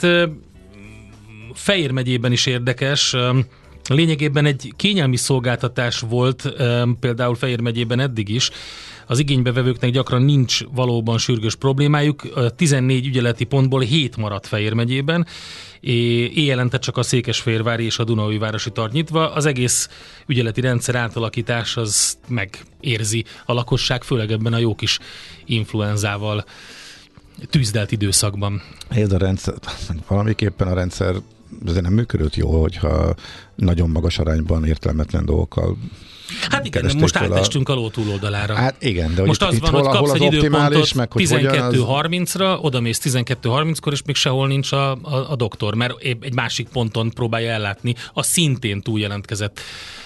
Fejér megyében is érdekes. Lényegében egy kényelmi szolgáltatás volt, például Fejér megyében eddig is. Az igénybevevőknek gyakran nincs valóban sürgős problémájuk. tizennégy ügyeleti pontból hét maradt Fejér megyében, éjjelente csak a Székesfehérvári és a Dunaújvárosi tart nyitva. Az egész ügyeleti rendszer átalakítás az megérzi a lakosság, főleg ebben a jó kis influenzával tűzdelt időszakban. Ez a rendszer, valamiképpen a rendszer azért nem működött jó, hogyha nagyon magas arányban értelmetlen dolgokkal hát igen, most átestünk a ló túloldalára. Hát igen, de most itt, az itt van, hol, hogy kapsz hol egy időpontot meg, tizenkettő harmincra, oda mész tizenkettő harminckor, és még sehol nincs a, a, a doktor, mert egy másik ponton próbálja ellátni a szintén túljelentkezett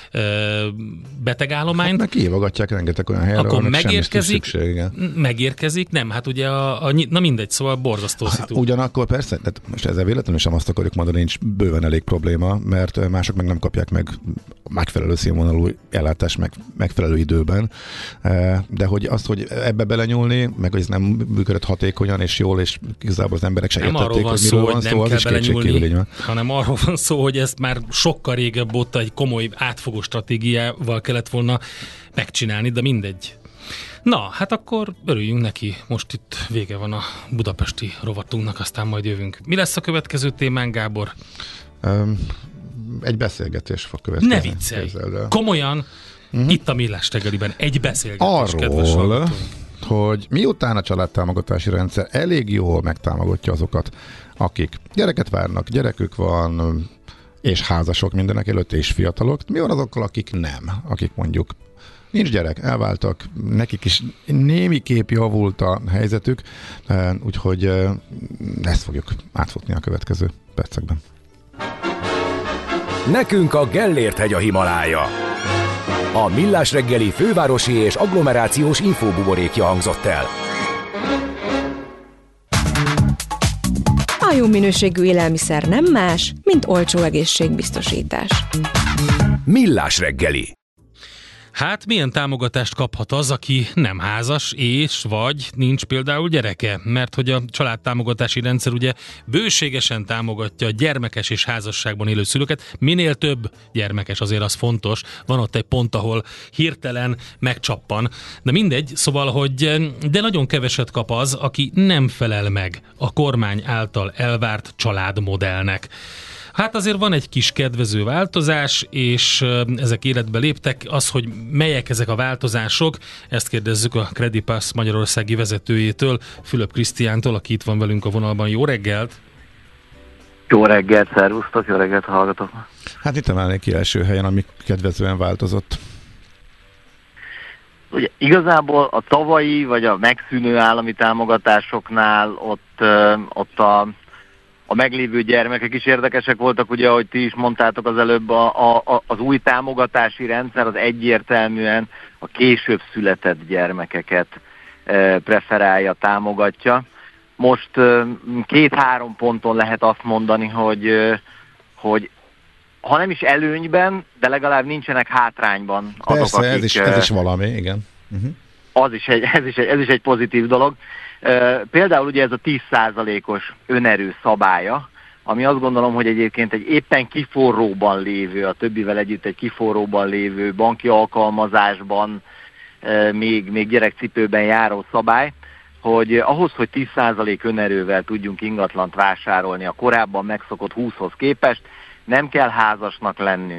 betegállományt. Hát meg kihívogatják rengeteg olyan helyre, akkor megérkezik, szükség, megérkezik, nem, hát ugye a, a, na mindegy, szóval borzasztó szitu. Ugyanakkor persze, tehát most ezzel véletlenül sem azt akarjuk mondani, nincs bőven elég probléma, mert mások meg nem kapják meg megfelelő színvonalú ellátást meg, megfelelő időben, de hogy azt, hogy ebbe belenyúlni, meg hogy ez nem működött hatékonyan és jól, és igazából az emberek sem értették, hogy miről van szó, az is kétségkívül, hanem arról van szó, hogy ezt már sokkal régebb óta egy komoly átfogó stratégiával kellett volna megcsinálni, de mindegy. Na, hát akkor örüljünk neki. Most itt vége van a budapesti rovatunknak, aztán majd jövünk. Mi lesz a következő témán, Gábor? Um, egy beszélgetés fog következni. Ne viccelj! Komolyan, uh-huh. Itt a Millás reggeliben egy beszélgetés, arról, hogy miután a családtámogatási rendszer elég jól megtámogatja azokat, akik gyereket várnak, gyerekük van, és házasok mindenek előtt, és fiatalok. Mi van azokkal, akik nem? Akik mondjuk nincs gyerek, elváltak, nekik is némi kép javult a helyzetük, úgyhogy ezt fogjuk átfutni a következő percekben. Nekünk a Gellért-hegy a Himalája. A Millás reggeli fővárosi és agglomerációs infóbuborékja hangzott el. A jó minőségű élelmiszer nem más, mint olcsó egészségbiztosítás. Millás reggeli. Hát milyen támogatást kaphat az, aki nem házas, és vagy nincs például gyereke? Mert hogy a családtámogatási rendszer ugye bőségesen támogatja a gyermekes és házasságban élő szülőket. Minél több gyermekes, azért az fontos. Van ott egy pont, ahol hirtelen megcsappan. De mindegy, szóval, hogy de nagyon keveset kap az, aki nem felel meg a kormány által elvárt családmodellnek. Hát azért van egy kis kedvező változás, és ezek életbe léptek. Az, hogy melyek ezek a változások, ezt kérdezzük a Credipass magyarországi vezetőjétől, Fülöp Krisztiántól, aki itt van velünk a vonalban. Jó reggelt! Jó reggelt, szervusztok, jó reggelt, hallgatok! Hát itt emelnék ki első helyen, ami kedvezően változott. Ugye, igazából a tavalyi, vagy a megszűnő állami támogatásoknál ott, ott a A meglévő gyermekek is érdekesek voltak, ugye, ahogy ti is mondtátok az előbb, a, a, az új támogatási rendszer az egyértelműen a később született gyermekeket e, preferálja, támogatja. Most e, két-három ponton lehet azt mondani, hogy, e, hogy ha nem is előnyben, de legalább nincsenek hátrányban azok, Persze, akik... ez is, ez is valami, igen. Uh-huh. Az is egy, ez, is egy, ez is egy pozitív dolog. Uh, például ugye ez a tíz százalékos önerő szabálya, ami azt gondolom, hogy egyébként egy éppen kiforróban lévő, a többivel együtt egy kiforróban lévő banki alkalmazásban uh, még, még gyerekcipőben járó szabály, hogy ahhoz, hogy tíz százalék önerővel tudjunk ingatlant vásárolni a korábban megszokott húszhoz képest, nem kell házasnak lennünk,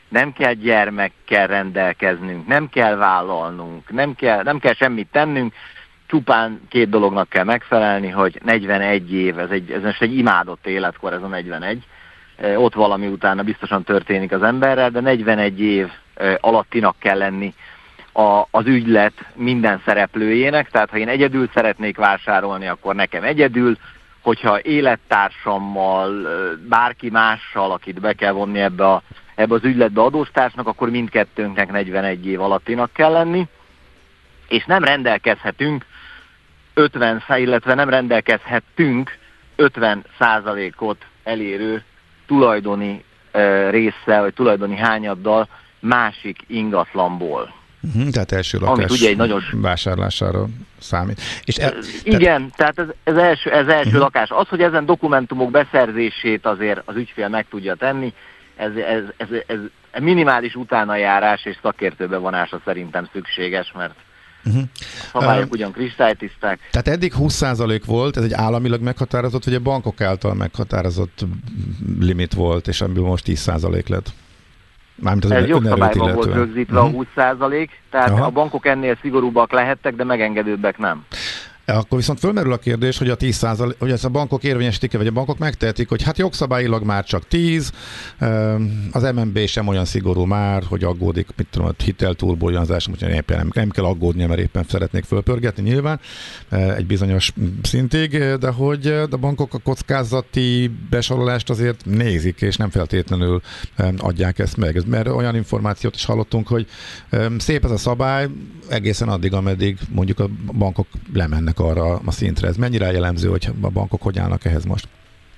nem kell gyermekkel rendelkeznünk, nem kell vállalnunk, nem kell, nem kell semmit tennünk, csupán két dolognak kell megfelelni, hogy negyvenegy év, ez, egy, ez most egy imádott életkor, ez a negyvenegy, ott valami utána biztosan történik az emberrel, de negyvenegy év alattinak kell lenni a, az ügylet minden szereplőjének, tehát ha én egyedül szeretnék vásárolni, akkor nekem egyedül, hogyha élettársammal, bárki mással, akit be kell vonni ebbe, a, ebbe az ügyletbe adóstársnak, akkor mindkettőnknek negyvenegy év alattinak kell lenni, és nem rendelkezhetünk ötven, illetve nem rendelkezhetünk ötven százalékot elérő tulajdoni uh, résszel, vagy tulajdoni hányaddal másik ingatlanból. Uh-huh, tehát első lakás ugye egy nagyon... vásárlására számít. És el, igen, tehát, tehát ez, ez első, ez első uh-huh. lakás. Az, hogy ezen dokumentumok beszerzését azért az ügyfél meg tudja tenni, ez, ez, ez, ez minimális utánajárás és szakértő bevonása szerintem szükséges, mert uh-huh. a szabályok uh, ugyan kristálytiszták. Tehát eddig húsz százalék volt, ez egy államilag meghatározott, vagy a bankok által meghatározott limit volt, és amiből most tíz százalék lett? Mármint az ez jogszabályban volt rögzítve uh-huh. a húsz százalék, tehát Aha. a bankok ennél szigorúbbak lehettek, de megengedőbbek nem. Akkor viszont fölmerül a kérdés, hogy a tíz százalék, hogy ezt a bankok érvényesítik, vagy a bankok megtehetik, hogy hát jogszabályilag már csak tíz, az em en bé sem olyan szigorú már, hogy aggódik, mit tudom, a hitelturbulenzás, úgyhogy éppen nem, nem kell aggódnia, mert éppen szeretnék fölpörgetni nyilván egy bizonyos szintig, de hogy a bankok a kockázati besorolást azért nézik, és nem feltétlenül adják ezt meg. Mert olyan információt is hallottunk, hogy szép ez a szabály, egészen addig, ameddig mondjuk a bankok lemennek arra a szintre. Ez mennyire jellemző, hogy a bankok hogy állnak ehhez most?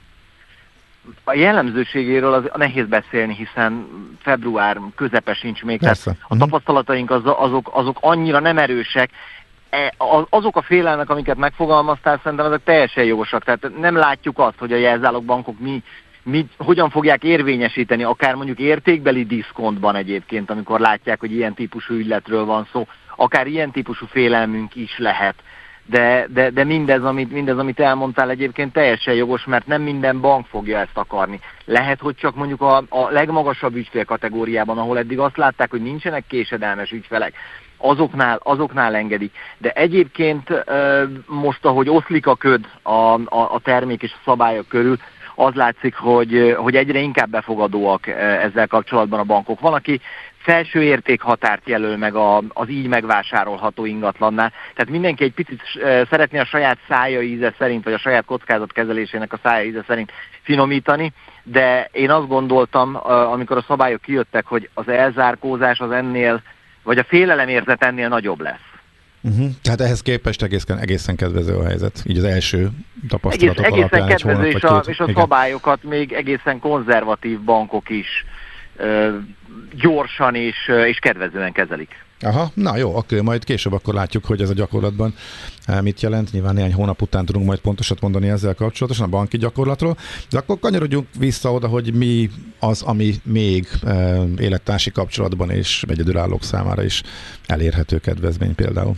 A jellemzőségéről az nehéz beszélni, hiszen február közepe sincs még. Tehát a tapasztalataink az, azok, azok annyira nem erősek. Azok a félelmek, amiket megfogalmaztál, szerintem ezek teljesen jogosak. Tehát nem látjuk azt, hogy a jelzálogbankok mi, mi, hogyan fogják érvényesíteni, akár mondjuk értékbeli diszkontban egyébként, amikor látják, hogy ilyen típusú ügyletről van szó, akár ilyen típusú félelmünk is lehet. De, de, de mindez, amit, mindez, amit elmondtál egyébként teljesen jogos, mert nem minden bank fogja ezt akarni. Lehet, hogy csak mondjuk a, a legmagasabb ügyfélkategóriában, ahol eddig azt látták, hogy nincsenek késedelmes ügyfelek, azoknál, azoknál engedik. De egyébként most, ahogy oszlik a köd a, a, a termék és a szabályok körül, az látszik, hogy, hogy egyre inkább befogadóak ezzel kapcsolatban a bankok. Van, aki felső értékhatárt jelöl meg a, az így megvásárolható ingatlannál. Tehát mindenki egy picit szeretné a saját szája íze szerint, vagy a saját kockázatkezelésének a szája íze szerint finomítani, de én azt gondoltam, amikor a szabályok kijöttek, hogy az elzárkózás az ennél, vagy a félelemérzet ennél nagyobb lesz. Uh-huh. Tehát ehhez képest egészen, egészen kedvező a helyzet, így az első tapasztalatok Egész, alapján egészen kedvező, egy és hónap, a, és a szabályokat még egészen konzervatív bankok is ö, gyorsan és, és kedvezően kezelik. Aha, na jó, akkor majd később akkor látjuk, hogy ez a gyakorlatban mit jelent. Nyilván néhány hónap után tudunk majd pontosat mondani ezzel kapcsolatosan a banki gyakorlatról. De akkor kanyarodjunk vissza oda, hogy mi az, ami még élettársi kapcsolatban és egyedülállók számára is elérhető kedvezmény például.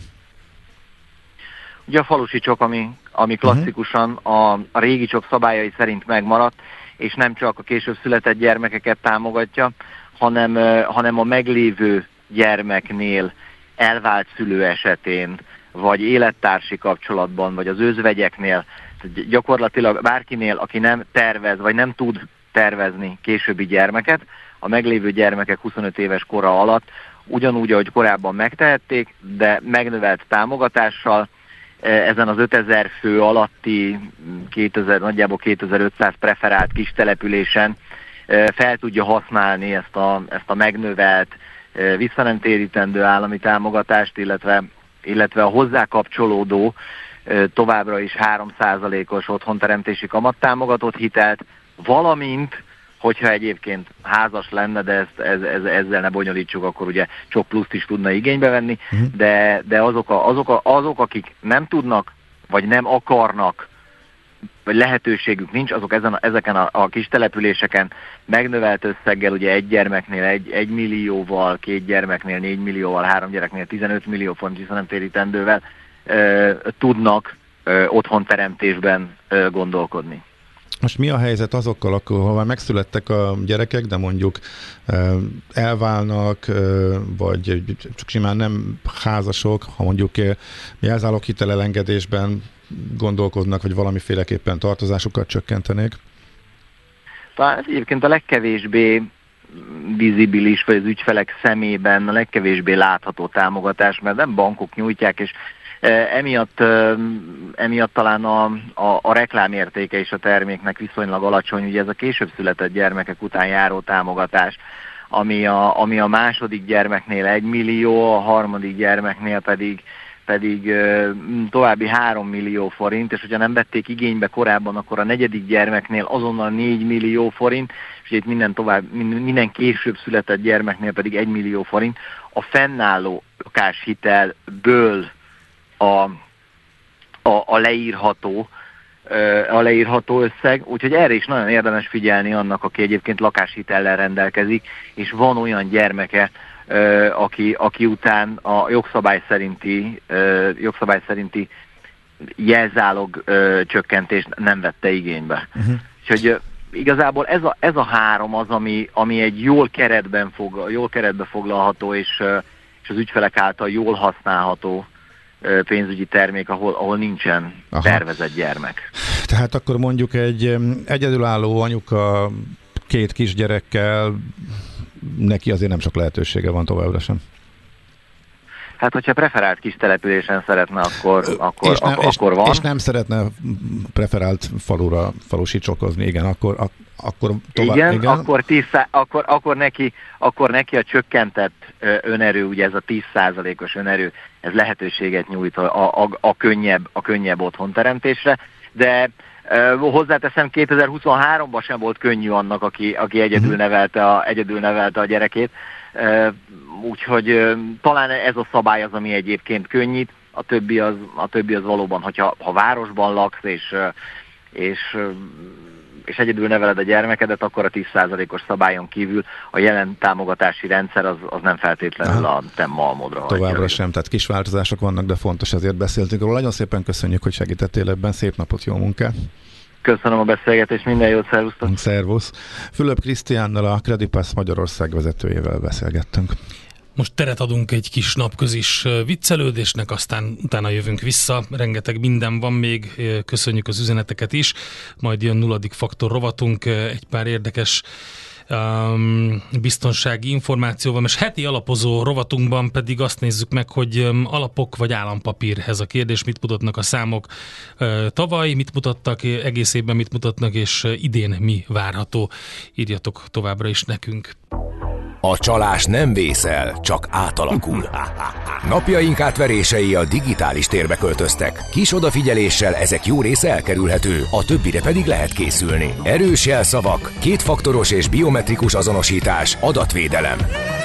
Ugye a falusi csok, ami, ami klasszikusan a, a régi csok szabályai szerint megmaradt, és nem csak a később született gyermekeket támogatja, hanem, hanem a meglévő gyermeknél, elvált szülő esetén, vagy élettársi kapcsolatban, vagy az özvegyeknél, gyakorlatilag bárkinél, aki nem tervez, vagy nem tud tervezni későbbi gyermeket, a meglévő gyermekek huszonöt éves kora alatt, ugyanúgy, ahogy korábban megtehették, de megnövelt támogatással, ezen az ötezer fő alatti, kétezer, nagyjából kétezer-ötszáz preferált kis településen fel tudja használni ezt a, ezt a megnövelt, visszanemtérítendő állami támogatást, illetve, illetve a hozzá kapcsolódó továbbra is három százalékos otthonteremtési kamattámogatott hitelt, valamint, hogyha egyébként házas lenne, de ezt, ez, ez, ezzel ne bonyolítsuk, akkor ugye sok pluszt is tudna igénybe venni, uh-huh. de, de azok, a, azok, a, azok, akik nem tudnak, vagy nem akarnak, vagy lehetőségük nincs, azok ezen, ezeken a, a kis településeken megnövelt összeggel, ugye egy gyermeknél egy, egy millióval, két gyermeknél négy millióval, három gyereknél tizenöt millió font visszanemtérítendővel e, tudnak e, otthonteremtésben e, gondolkodni. Most mi a helyzet azokkal, akkor, ha már megszülettek a gyerekek, de mondjuk elválnak, vagy csak simán nem házasok, ha mondjuk jelzálog hitelelengedésben gondolkoznak, vagy valamiféleképpen tartozásukat csökkentenék? Talán ez egyébként a legkevésbé vizibilis, vagy az ügyfelek szemében a legkevésbé látható támogatás, mert nem bankok nyújtják, és emiatt, emiatt talán a, a, a reklámértéke is a terméknek viszonylag alacsony, ugye ez a később született gyermekek után járó támogatás, ami a, ami a második gyermeknél egy millió, a harmadik gyermeknél pedig pedig további három millió forint, és hogyha nem vették igénybe korábban, akkor a negyedik gyermeknél azonnal négy millió forint, és itt minden, tovább, minden később született gyermeknél pedig egy millió forint. A fennálló lakáshitelből a, a, a leírható a leírható összeg, úgyhogy erre is nagyon érdemes figyelni annak, aki egyébként lakáshitellel rendelkezik, és van olyan gyermeke, Uh, aki, aki után a jogszabály szerinti, uh, jogszabály szerinti jelzálog uh, csökkentést nem vette igénybe. Uh-huh. Úgyhogy uh, igazából ez a, ez a három az, ami, ami egy jól keretben fog, jól keretbe foglalható, és, uh, és az ügyfelek által jól használható uh, pénzügyi termék, ahol, ahol nincsen Aha. tervezett gyermek. Tehát akkor mondjuk egy egyedülálló anyuka két kisgyerekkel, neki azért nem sok lehetősége van továbbra sem. Hát, hogyha preferált kis településen szeretne, akkor, akkor, és nem, akkor, és, akkor van. És nem szeretne preferált falura, falusítsokozni, igen, akkor, ak, akkor tovább. Igen, igen. Akkor, tíz, akkor, akkor, neki, akkor neki a csökkentett önerő, ugye ez a tíz százalékos önerő, ez lehetőséget nyújt a, a, a, könnyebb, a könnyebb otthonteremtésre, de Uh, hozzáteszem, kétezer-huszonháromban sem volt könnyű annak, aki, aki egyedül, nevelte a, egyedül nevelte a gyerekét. Uh, úgyhogy uh, talán ez a szabály az, ami egyébként könnyít, a többi az, a többi az valóban, hogyha ha városban laksz, és, uh, és, uh, és egyedül neveled a gyermekedet, akkor a tíz százalékos szabályon kívül a jelen támogatási rendszer az, az nem feltétlenül Aha. a te malmodra. Továbbra sem, tehát kis változások vannak, de fontos, ezért beszéltünk róla. Nagyon szépen köszönjük, hogy segítettél ebben. Szép napot, jó munkát! Köszönöm a beszélgetést, minden jót, szervusztok! Szervusz! Fülöp Krisztiánnal, a Credipass Magyarország vezetőjével beszélgettünk. Most teret adunk egy kis napközis viccelődésnek, aztán utána jövünk vissza. Rengeteg minden van még, köszönjük az üzeneteket is. Majd jön nulladik faktor rovatunk, egy pár érdekes um, biztonsági információval, és heti alapozó rovatunkban pedig azt nézzük meg, hogy um, alapok vagy állampapír, ez a kérdés, mit mutatnak a számok uh, tavaly, mit mutattak, egész évben mit mutatnak, és uh, idén mi várható. Írjatok továbbra is nekünk. A csalás nem vészel, csak átalakul. Napjaink átverései a digitális térbe költöztek. Kis odafigyeléssel ezek jó része elkerülhető, a többire pedig lehet készülni. Erős jelszavak, kétfaktoros és biometrikus azonosítás, adatvédelem.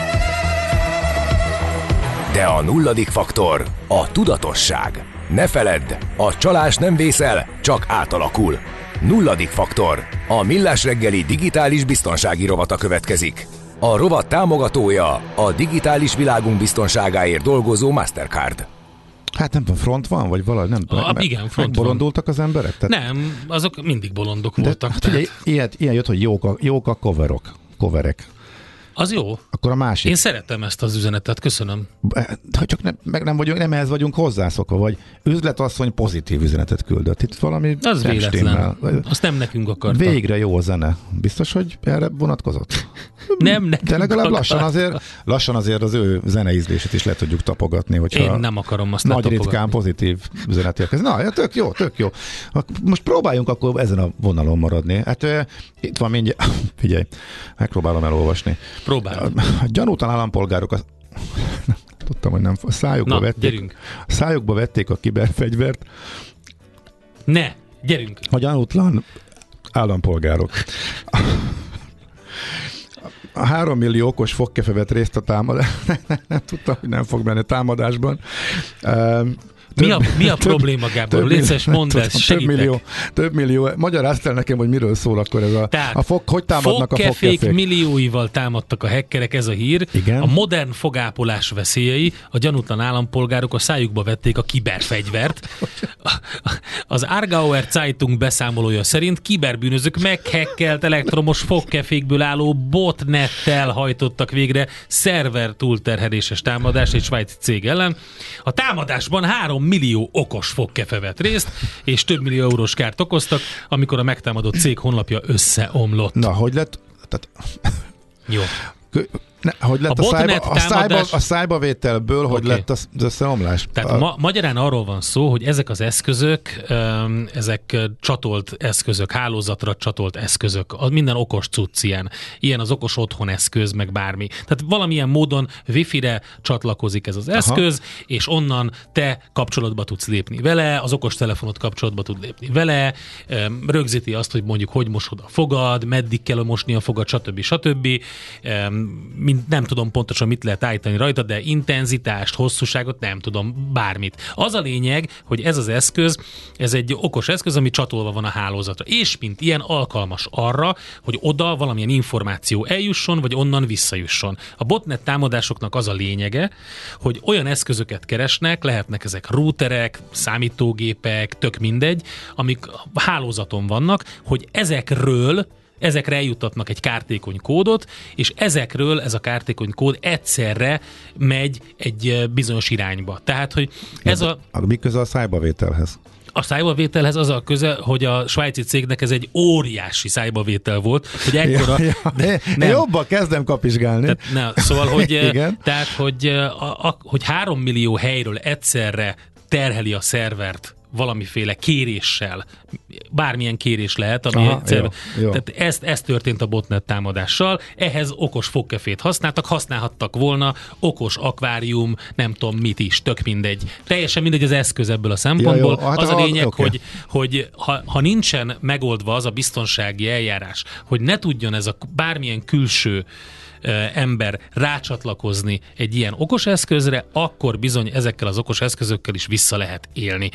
De a nulladik faktor a tudatosság. Ne feledd, a csalás nem vészel, csak átalakul. Nulladik faktor. A Millás reggeli digitális biztonsági rovata következik. A rovat támogatója a digitális világunk biztonságáért dolgozó Mastercard. Hát nem tudom, front van, vagy valahogy nem tudom. A, igen, front bolondultak az emberek? Tehát... Nem, azok mindig bolondok voltak. Hát tehát... ugye, ilyen, ilyen jött, hogy jók a, jók a coverok, coverek. Az jó. Akkor a másik. Én szeretem ezt az üzenetet, köszönöm. Ha csak nem, meg nem vagyunk, nem ehhez vagyunk hozzászokva, vagy üzletasszony pozitív üzenetet küldött. Itt valami az véletlen. Azt nem nekünk akarta. Végre jó a zene. Biztos, hogy erre vonatkozott? Nem nekünk. De legalább lassan azért, lassan azért az ő zeneízlését is le tudjuk tapogatni, hogyha én nem akarom azt nagy ritkán pozitív üzenet érkezik. Na, ja, tök jó, tök jó. Most próbáljunk akkor ezen a vonalon maradni. Hát uh, itt van mindjárt, figyelj, megpróbálom elolvasni. Próbálom. A gyanútlan állampolgárok az... Tudtam, hogy nem... A szájukba, Na, vették, gyerünk. A szájukba vették a kiberfegyvert. Ne, gyerünk. A gyanútlan állampolgárok. A három millió okos fogkefe vett részt a támadásban. Nem tudtam, hogy nem fog menni támadásban. Mi a, mi a probléma, Gábor? Létszes, mondd ezt, segítek. Több millió, több millió. Magyarázd el nekem, hogy miről szól akkor ez a, Tehát, a fog, hogy támadnak a fogkefék. Millióival támadtak a hackerek, ez a hír. Igen. A modern fogápolás veszélyei, a gyanútlan állampolgárok a szájukba vették a kiberfegyvert. Az Aargauer Zeitung beszámolója szerint kiberbűnözők meghackelt elektromos fogkefékből álló botnettel hajtottak végre szerver túlterheléses támadást egy svájci cég ellen. A támadásban három millió okos fogkefe vett részt, és több millió eurós kárt okoztak, amikor a megtámadott cég honlapja összeomlott. Na, hogy lett? Tehát... Jó. Ne, hogy lett a, a, szájba, a, szájba, a szájbavételből, hogy okay. lett az összeomlás? Tehát a... ma, magyarán arról van szó, hogy ezek az eszközök, ezek csatolt eszközök, hálózatra csatolt eszközök, az minden okos cucc ilyen. Ilyen az okos otthon eszköz, meg bármi. Tehát valamilyen módon Wi-Fi-re csatlakozik ez az eszköz, aha, és onnan te kapcsolatba tudsz lépni vele, az okos telefonot kapcsolatba tud lépni vele, rögzíti azt, hogy mondjuk hogy mosod a fogad, meddig kell mosni a fogad, stb. stb. Mind, nem tudom pontosan mit lehet állítani rajta, de intenzitást, hosszúságot nem tudom, bármit. Az a lényeg, hogy ez az eszköz, ez egy okos eszköz, ami csatolva van a hálózatra, és mint ilyen alkalmas arra, hogy oda valamilyen információ eljusson, vagy onnan visszajusson. A botnet támadásoknak az a lényege, hogy olyan eszközöket keresnek, lehetnek ezek routerek, számítógépek, tök mindegy, amik a hálózaton vannak, hogy ezekről ezekre eljuttatnak egy kártékony kódot, és ezekről ez a kártékony kód egyszerre megy egy bizonyos irányba. Tehát, hogy ez a... a mi köze a szájbavételhez? A szájbavételhez az a köze, hogy a svájci cégnek ez egy óriási szájbavétel volt, hogy ekkora... Ja, ja. De nem. Jobban kezdem kapizsgálni. Tehát, ne, szóval, hogy, tehát, hogy, a, a, hogy három millió helyről egyszerre terheli a szervert valamiféle kéréssel, bármilyen kérés lehet, ami aha, egyszer, jó, jó. Tehát ez, ez történt a botnet támadással, ehhez okos fogkefét használtak, használhattak volna okos akvárium, nem tudom mit is, tök mindegy. Teljesen mindegy az eszköz ebből a szempontból. Ja, jó, hát az a lényeg, okay. hogy, hogy ha, ha nincsen megoldva az a biztonsági eljárás, hogy ne tudjon ez a bármilyen külső ember rácsatlakozni egy ilyen okos eszközre, akkor bizony ezekkel az okos eszközökkel is vissza lehet élni.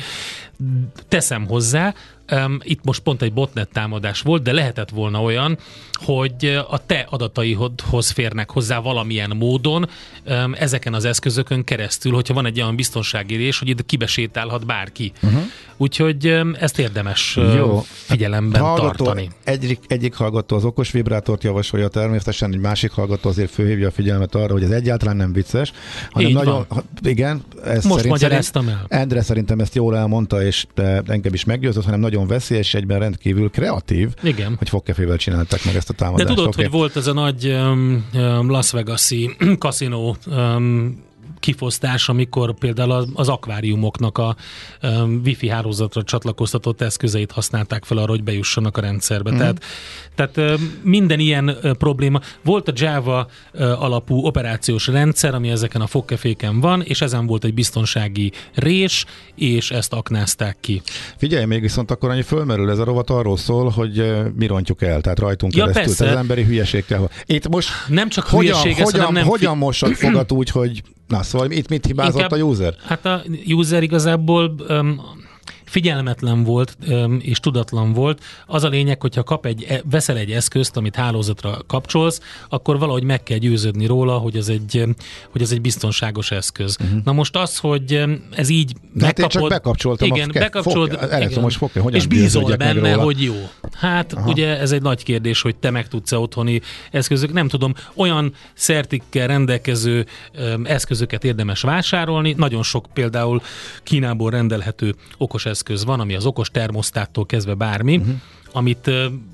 Teszem hozzá, Um, itt most pont egy botnet támadás volt, de lehetett volna olyan, hogy a te adataihoz férnek hozzá valamilyen módon um, ezeken az eszközökön keresztül, hogyha van egy olyan biztonsági rés, hogy itt kibesétálhat bárki. Uh-huh. Úgyhogy um, ezt érdemes uh, figyelemben hallgató, tartani. Egyik, egyik hallgató az okos vibrátort javasolja, természetesen egy másik hallgató azért fölhívja a figyelmet arra, hogy ez egyáltalán nem vicces, hanem így nagyon, ha, igen, ez most magyaráztam el. Endre szerintem ezt jól elmondta, és engem is meggyőzött, hanem nagyon veszélyes, egyben rendkívül kreatív, igen, hogy fogkefével csinálták meg ezt a támadást. De tudod, okay. hogy volt ez a nagy um, Las Vegas-i kaszinó um, kifosztás, amikor például az akváriumoknak a um, wifi hálózatra csatlakoztatott eszközeit használták fel arra, hogy bejussanak a rendszerbe. Mm. Tehát, tehát um, minden ilyen uh, probléma. Volt a Java uh, alapú operációs rendszer, ami ezeken a fogkeféken van, és ezen volt egy biztonsági rés, és ezt aknázták ki. Figyelj, még viszont akkor annyi fölmerül, ez a rovat arról szól, hogy uh, mi rontjuk el, tehát rajtunk ja, keresztül. Tehát az emberi hülyeség. Itt most nem csak hogyan, hülyeség, ez, hogyan, nem hogyan mossad fogad úgy, hogy na, szóval itt mit hibázott inkább, a user? Hát a user igazából um, figyelmetlen volt um, és tudatlan volt. Az a lényeg, hogyha kap egy, veszel egy eszközt, amit hálózatra kapcsolsz, akkor valahogy meg kell győződni róla, hogy ez egy, hogy ez egy biztonságos eszköz. Uh-huh. Na most az, hogy ez így de megkapod... Hát én csak bekapcsoltam igen, a bekapcsolod, fog, elektromos fogja, hogyan és bízol benne, hogy jó. Hát aha, ugye ez egy nagy kérdés, hogy te meg tudsz-e otthoni eszközök. Nem tudom, olyan szertikkel rendelkező um, eszközöket érdemes vásárolni. Nagyon sok például Kínából rendelhető okos eszköz van, ami az okos termosztáttól kezdve bármi, uh-huh, amit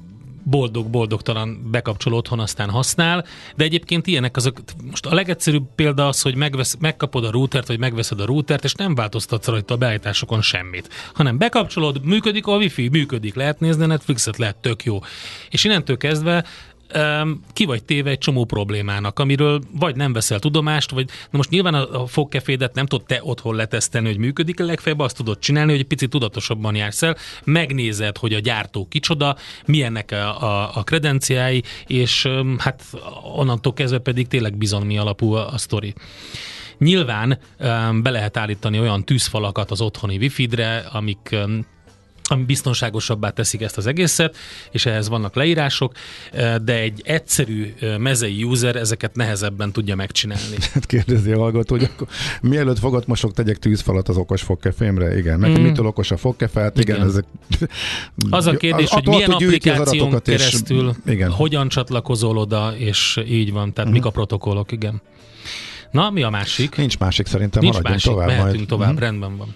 boldog-boldogtalan bekapcsol otthon, aztán használ, de egyébként ilyenek azok, most a legegyszerűbb példa az, hogy megvesz, megkapod a routert, vagy megveszed a routert, és nem változtatsz rajta a beállításokon semmit, hanem bekapcsolod, működik a wifi, működik, lehet nézni Netflixet, lehet, tök jó. És innentől kezdve Um, ki vagy téve egy csomó problémának, amiről vagy nem veszel tudomást, vagy na most nyilván a, a fogkefédet nem tudod te otthon letesztelni, hogy működik, a legfeljebb azt tudod csinálni, hogy egy picit tudatosabban jársz el, megnézed, hogy a gyártó kicsoda, milyennek a, a, a kredenciái, és um, hát onnantól kezdve pedig tényleg bizalmi alapú a, a sztori. Nyilván um, be lehet állítani olyan tűzfalakat az otthoni Wi-Fi-re, amik um, ami biztonságosabbá teszik ezt az egészet, és ehhez vannak leírások, de egy egyszerű mezei user ezeket nehezebben tudja megcsinálni. Hát kérdezi a hallgató, hogy akkor mielőtt fogatmosok, tegyek tűzfalat az okos fogkefémre, igen. Mert mm. mitől okos a fogkefe? Hát igen, igen ezek... Az a kérdés, az, hogy milyen applikáción keresztül, és, igen. hogyan csatlakozol oda, és így van, tehát mm. mik a protokollok, igen. Na, mi a másik? Nincs másik szerintem, Nincs maradjunk másik, tovább. mehetünk majd. tovább, Mm. rendben van.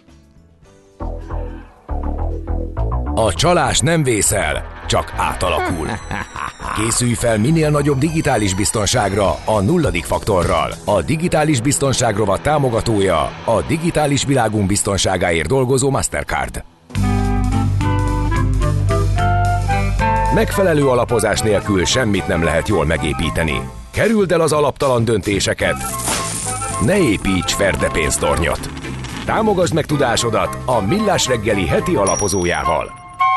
A csalás nem vészel, csak átalakul. Készülj fel minél nagyobb digitális biztonságra a nulladik faktorral. A digitális biztonság rovat támogatója a digitális világunk biztonságáért dolgozó Mastercard. Megfelelő alapozás nélkül semmit nem lehet jól megépíteni. Kerüld el az alaptalan döntéseket. Ne építs ferde pénztornyot. Támogasd meg tudásodat a Millás reggeli heti alapozójával.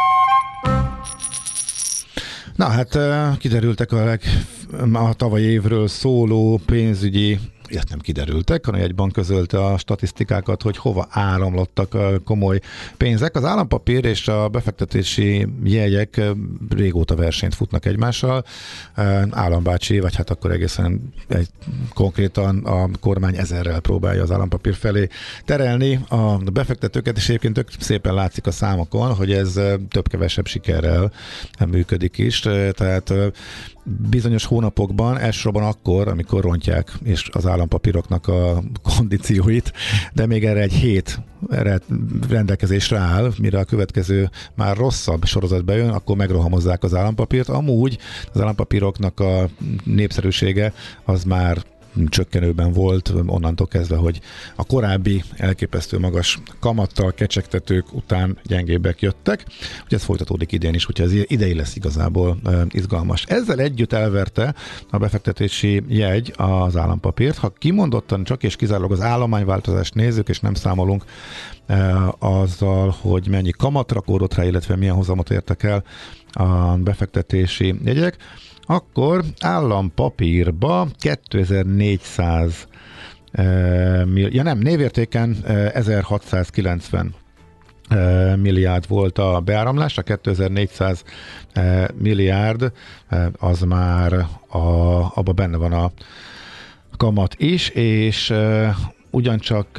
Na hát kiderültek a, leg, a tavalyi évről szóló pénzügyi, ilyet nem kiderültek, a jegybank közölte a statisztikákat, hogy hova áramlottak a komoly pénzek. Az állampapír és a befektetési jegyek régóta versenyt futnak egymással. Állambácsi, vagy hát akkor egészen egy, konkrétan a kormány ezerrel próbálja az állampapír felé terelni a befektetőket, és egyébként tök szépen látszik a számokon, hogy ez több-kevesebb sikerrel működik is. Tehát bizonyos hónapokban, elsősorban akkor, amikor rontják és az állampapíroknak a kondícióit, de még erre egy hét erre rendelkezésre áll, mire a következő már rosszabb sorozat bejön, akkor megrohamozzák az állampapírt. Amúgy az állampapíroknak a népszerűsége az már csökkenőben volt, onnantól kezdve, hogy a korábbi elképesztő magas kamattal kecsegtetők után gyengébbek jöttek. Ugye ez folytatódik idén is, úgyhogy ez idei lesz igazából uh, izgalmas. Ezzel együtt elverte a befektetési jegy az állampapírt. Ha kimondottan csak és kizárólag az állományváltozást nézzük, és nem számolunk uh, azzal, hogy mennyi kamat rakódott rá, illetve milyen hozamot értek el a befektetési jegyek, akkor állampapírba kétezer-négyszáz milliárd, ja nem, névértéken ezerhatszázkilencven milliárd volt a beáramlás, a kétezer-négyszáz milliárd az már a, abban benne van a kamat is, és ugyancsak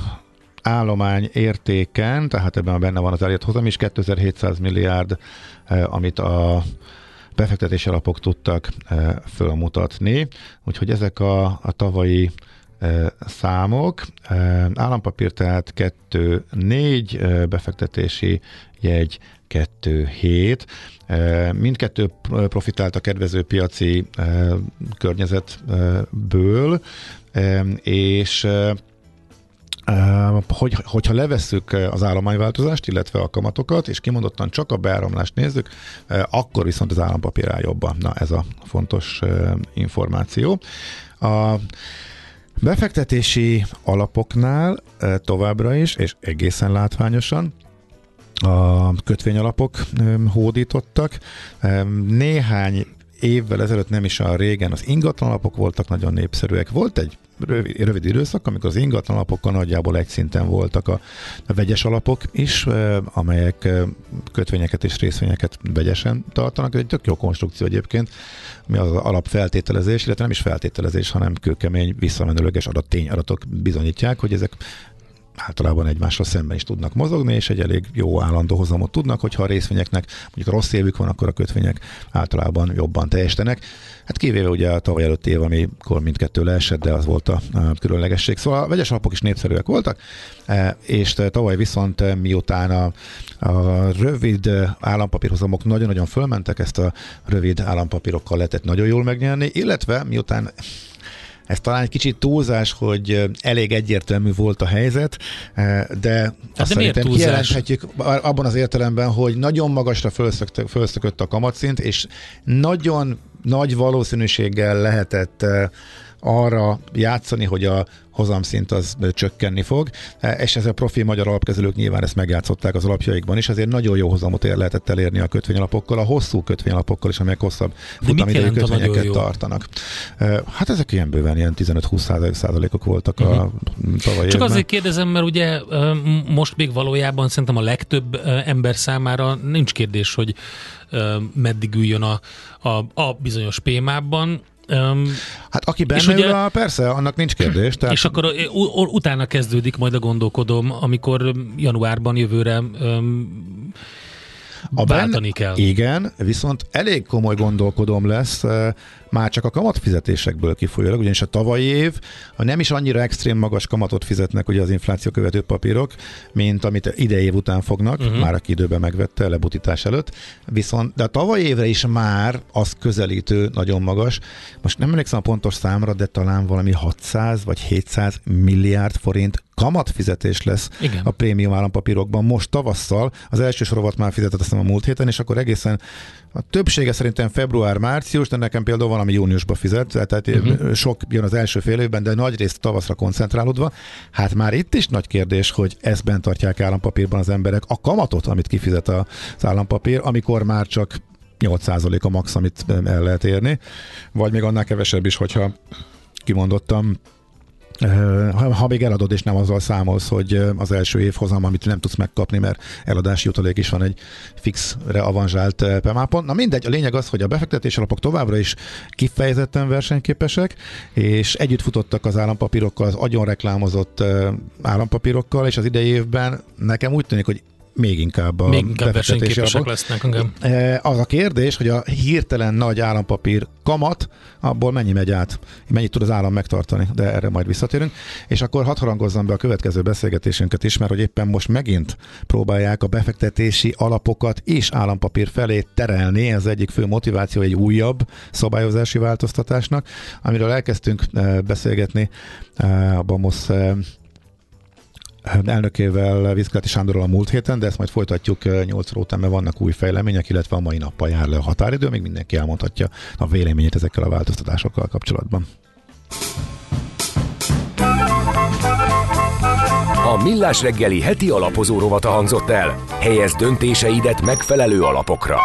állomány értéken, tehát ebben benne van az elért hozam is, kétezer-hétszáz milliárd, amit a befektetési alapok tudtak e, fölmutatni, úgyhogy ezek a, a tavalyi e, számok. E, állampapír tehát kettő négy, e, befektetési jegy kettő hét. E, mindkettő profitált a kedvező piaci e, környezetből, e, és e, Hogy, hogyha levesszük az állományváltozást, illetve a kamatokat, és kimondottan csak a beáramlást nézzük, akkor viszont az állampapír áll jobban. Na, ez a fontos információ. A befektetési alapoknál továbbra is, és egészen látványosan, a kötvényalapok hódítottak. Néhány évvel ezelőtt, nem is a régen, az ingatlanalapok voltak nagyon népszerűek. Volt egy rövid, rövid időszak, amikor az ingatlanalapokon nagyjából egy szinten voltak a, a vegyes alapok is, amelyek kötvényeket és részvényeket vegyesen tartanak. Ez egy tök jó konstrukció egyébként, ami az alapfeltételezés, illetve nem is feltételezés, hanem kőkemény, visszamenőleges adat, tényadatok bizonyítják, hogy ezek általában egymással szemben is tudnak mozogni, és egy elég jó állandó hozamot tudnak, hogyha a részvényeknek mondjuk a rossz évük van, akkor a kötvények általában jobban teljesítenek. Hát kivéve ugye a tavaly előtti év, amikor mindkettő leesett, de az volt a, a különlegesség. Szóval a vegyes alapok is népszerűek voltak, és tavaly viszont miután a, a rövid állampapírhozamok nagyon-nagyon fölmentek, ezt a rövid állampapírokkal lehetett nagyon jól megnyerni, illetve miután ez talán egy kicsit túlzás, hogy elég egyértelmű volt a helyzet, de azt szerintem kijelenthetjük abban az értelemben, hogy nagyon magasra fölszökött a kamatszint, és nagyon nagy valószínűséggel lehetett arra játszani, hogy a hozamszint az csökkenni fog, és ez a profi magyar alapkezelők nyilván ezt megjátszották az alapjaikban is, ezért nagyon jó hozamot ér lehetett elérni a kötvényalapokkal, a hosszú kötvényalapokkal is, amelyek hosszabb futamidejű kötvényeket tartanak. Hát ezek ilyen bőven ilyen tizenöt-húsz százalékok voltak uh-huh. a tavaly Csak évben. azért kérdezem, mert ugye most még valójában szerintem a legtöbb ember számára nincs kérdés, hogy meddig üljön a, a, a bizonyos pémában. Um, hát aki benne ül, ugye, persze, annak nincs kérdés. Tehát... És akkor uh, utána kezdődik majd a gondolkodom, amikor januárban jövőre um, a váltani ben, kell. Igen, viszont elég komoly gondolkodom lesz, már csak a kamatfizetésekből kifolyólag, ugyanis a tavalyi év, ha nem is annyira extrém magas kamatot fizetnek ugye az infláció követő papírok, mint amit idei év után fognak, uh-huh. már aki időben megvette lebutítás előtt, viszont, de a tavalyi évre is már az közelítő nagyon magas. Most nem emlékszem a pontos számra, de talán valami hatszáz vagy hétszáz milliárd forint kamatfizetés lesz Igen. a prémium állampapírokban most tavasszal. Az első sorovat már fizetett azt hiszem a múlt héten, és akkor egészen a többsége szerintem február-március, de nekem például valami júniusba fizet, tehát uh-huh. sok jön az első fél évben, de nagy részt tavaszra koncentrálódva. Hát már itt is nagy kérdés, hogy ezt bent tartják állampapírban az emberek, a kamatot, amit kifizet az állampapír, amikor már csak nyolc százalék a max, amit el lehet érni, vagy még annál kevesebb is, hogyha kimondottam, Ha, ha még eladod, és nem azzal számolsz, hogy az első év hozam, amit nem tudsz megkapni, mert eladási jutalék is van egy fixre avanzsált pemápon. Na mindegy, a lényeg az, hogy a befektetési alapok továbbra is kifejezetten versenyképesek, és együtt futottak az állampapírokkal, az agyon reklámozott állampapírokkal, és az idei évben nekem úgy tűnik, hogy még inkább a még inkább versenyképesek lesznek. Engem. Az a kérdés, hogy a hirtelen nagy állampapír kamat, abból mennyi megy át, mennyit tud az állam megtartani, de erre majd visszatérünk. És akkor hadd harangozzam be a következő beszélgetésünket is, mert hogy éppen most megint próbálják a befektetési alapokat és állampapír felé terelni, ez egyik fő motiváció egy újabb szabályozási változtatásnak, amiről elkezdtünk beszélgetni a BAMOSZ elnökével, Viszkeleti Sándorral a múlt héten, de ezt majd folytatjuk nyolc óra után, mert vannak új fejlemények, illetve a mai nappal jár le a határidő, még mindenki elmondhatja a véleményét ezekkel a változtatásokkal kapcsolatban. A Millás reggeli heti alapozó rovata hangzott el. Helyezd döntéseidet megfelelő alapokra.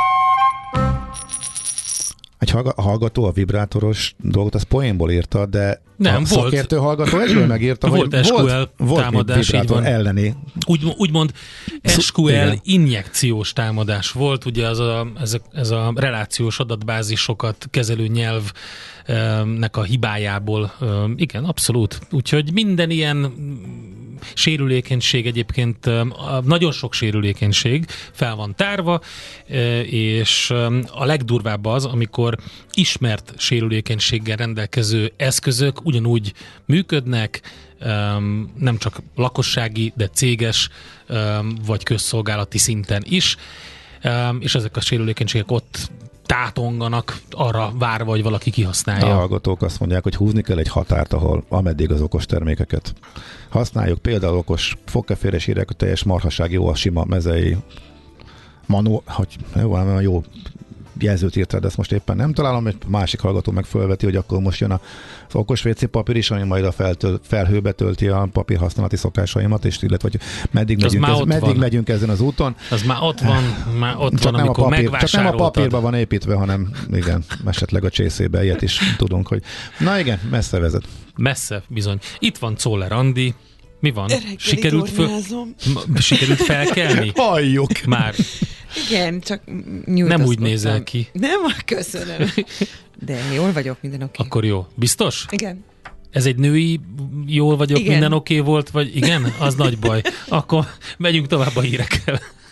Egy hallgató a vibrátoros dolgot, az poénból írta, de nem, a volt. szakértő hallgató egyből megírta, volt hogy es kú el volt, támadás, volt így van. elleni. Úgy, úgymond es kú el injekciós támadás volt, ugye az a, ez, a, ez a relációs adatbázisokat kezelő nyelvnek a hibájából. Igen, abszolút. Úgyhogy minden ilyen sérülékenység egyébként, nagyon sok sérülékenység fel van tárva, és a legdurvább az, amikor ismert sérülékenységgel rendelkező eszközök ugyanúgy működnek, nem csak lakossági, de céges vagy közszolgálati szinten is, és ezek a sérülékenységek ott tátonganak arra várva, hogy valaki kihasználja. A hallgatók azt mondják, hogy húzni kell egy határt, ahol ameddig az okos termékeket használjuk. Például okos fogkefére is írják, hogy teljes marhaság, jó a sima mezei manó, hogy jó, jó jelzőt írtál, de ezt most éppen nem találom, egy másik hallgató meg fölveti, hogy akkor most jön az okos vé cé papír is, ami majd a feltöl, felhőbe tölti a papír használati szokásaimat, és illetve, hogy meddig, megyünk, ez, meddig megyünk ezen az úton. Az már ott van, már ott csak van, amikor papír, megvásároltad. Csak nem a papírba van építve, hanem igen, esetleg a csészébe ilyet is tudunk, hogy na igen, messze vezet. Messze, bizony. Itt van Czoller Andi. Mi van? Sikerült, föl... Sikerült felkelni? Halljuk! Már. Igen, csak nem úgy nézel ki. Nem, köszönöm. De jól vagyok, minden oké. Okay. Akkor jó. Biztos? Igen. Ez egy női jól vagyok, igen. minden oké okay volt, vagy igen? Az nagy baj. Akkor megyünk tovább a hírekkel.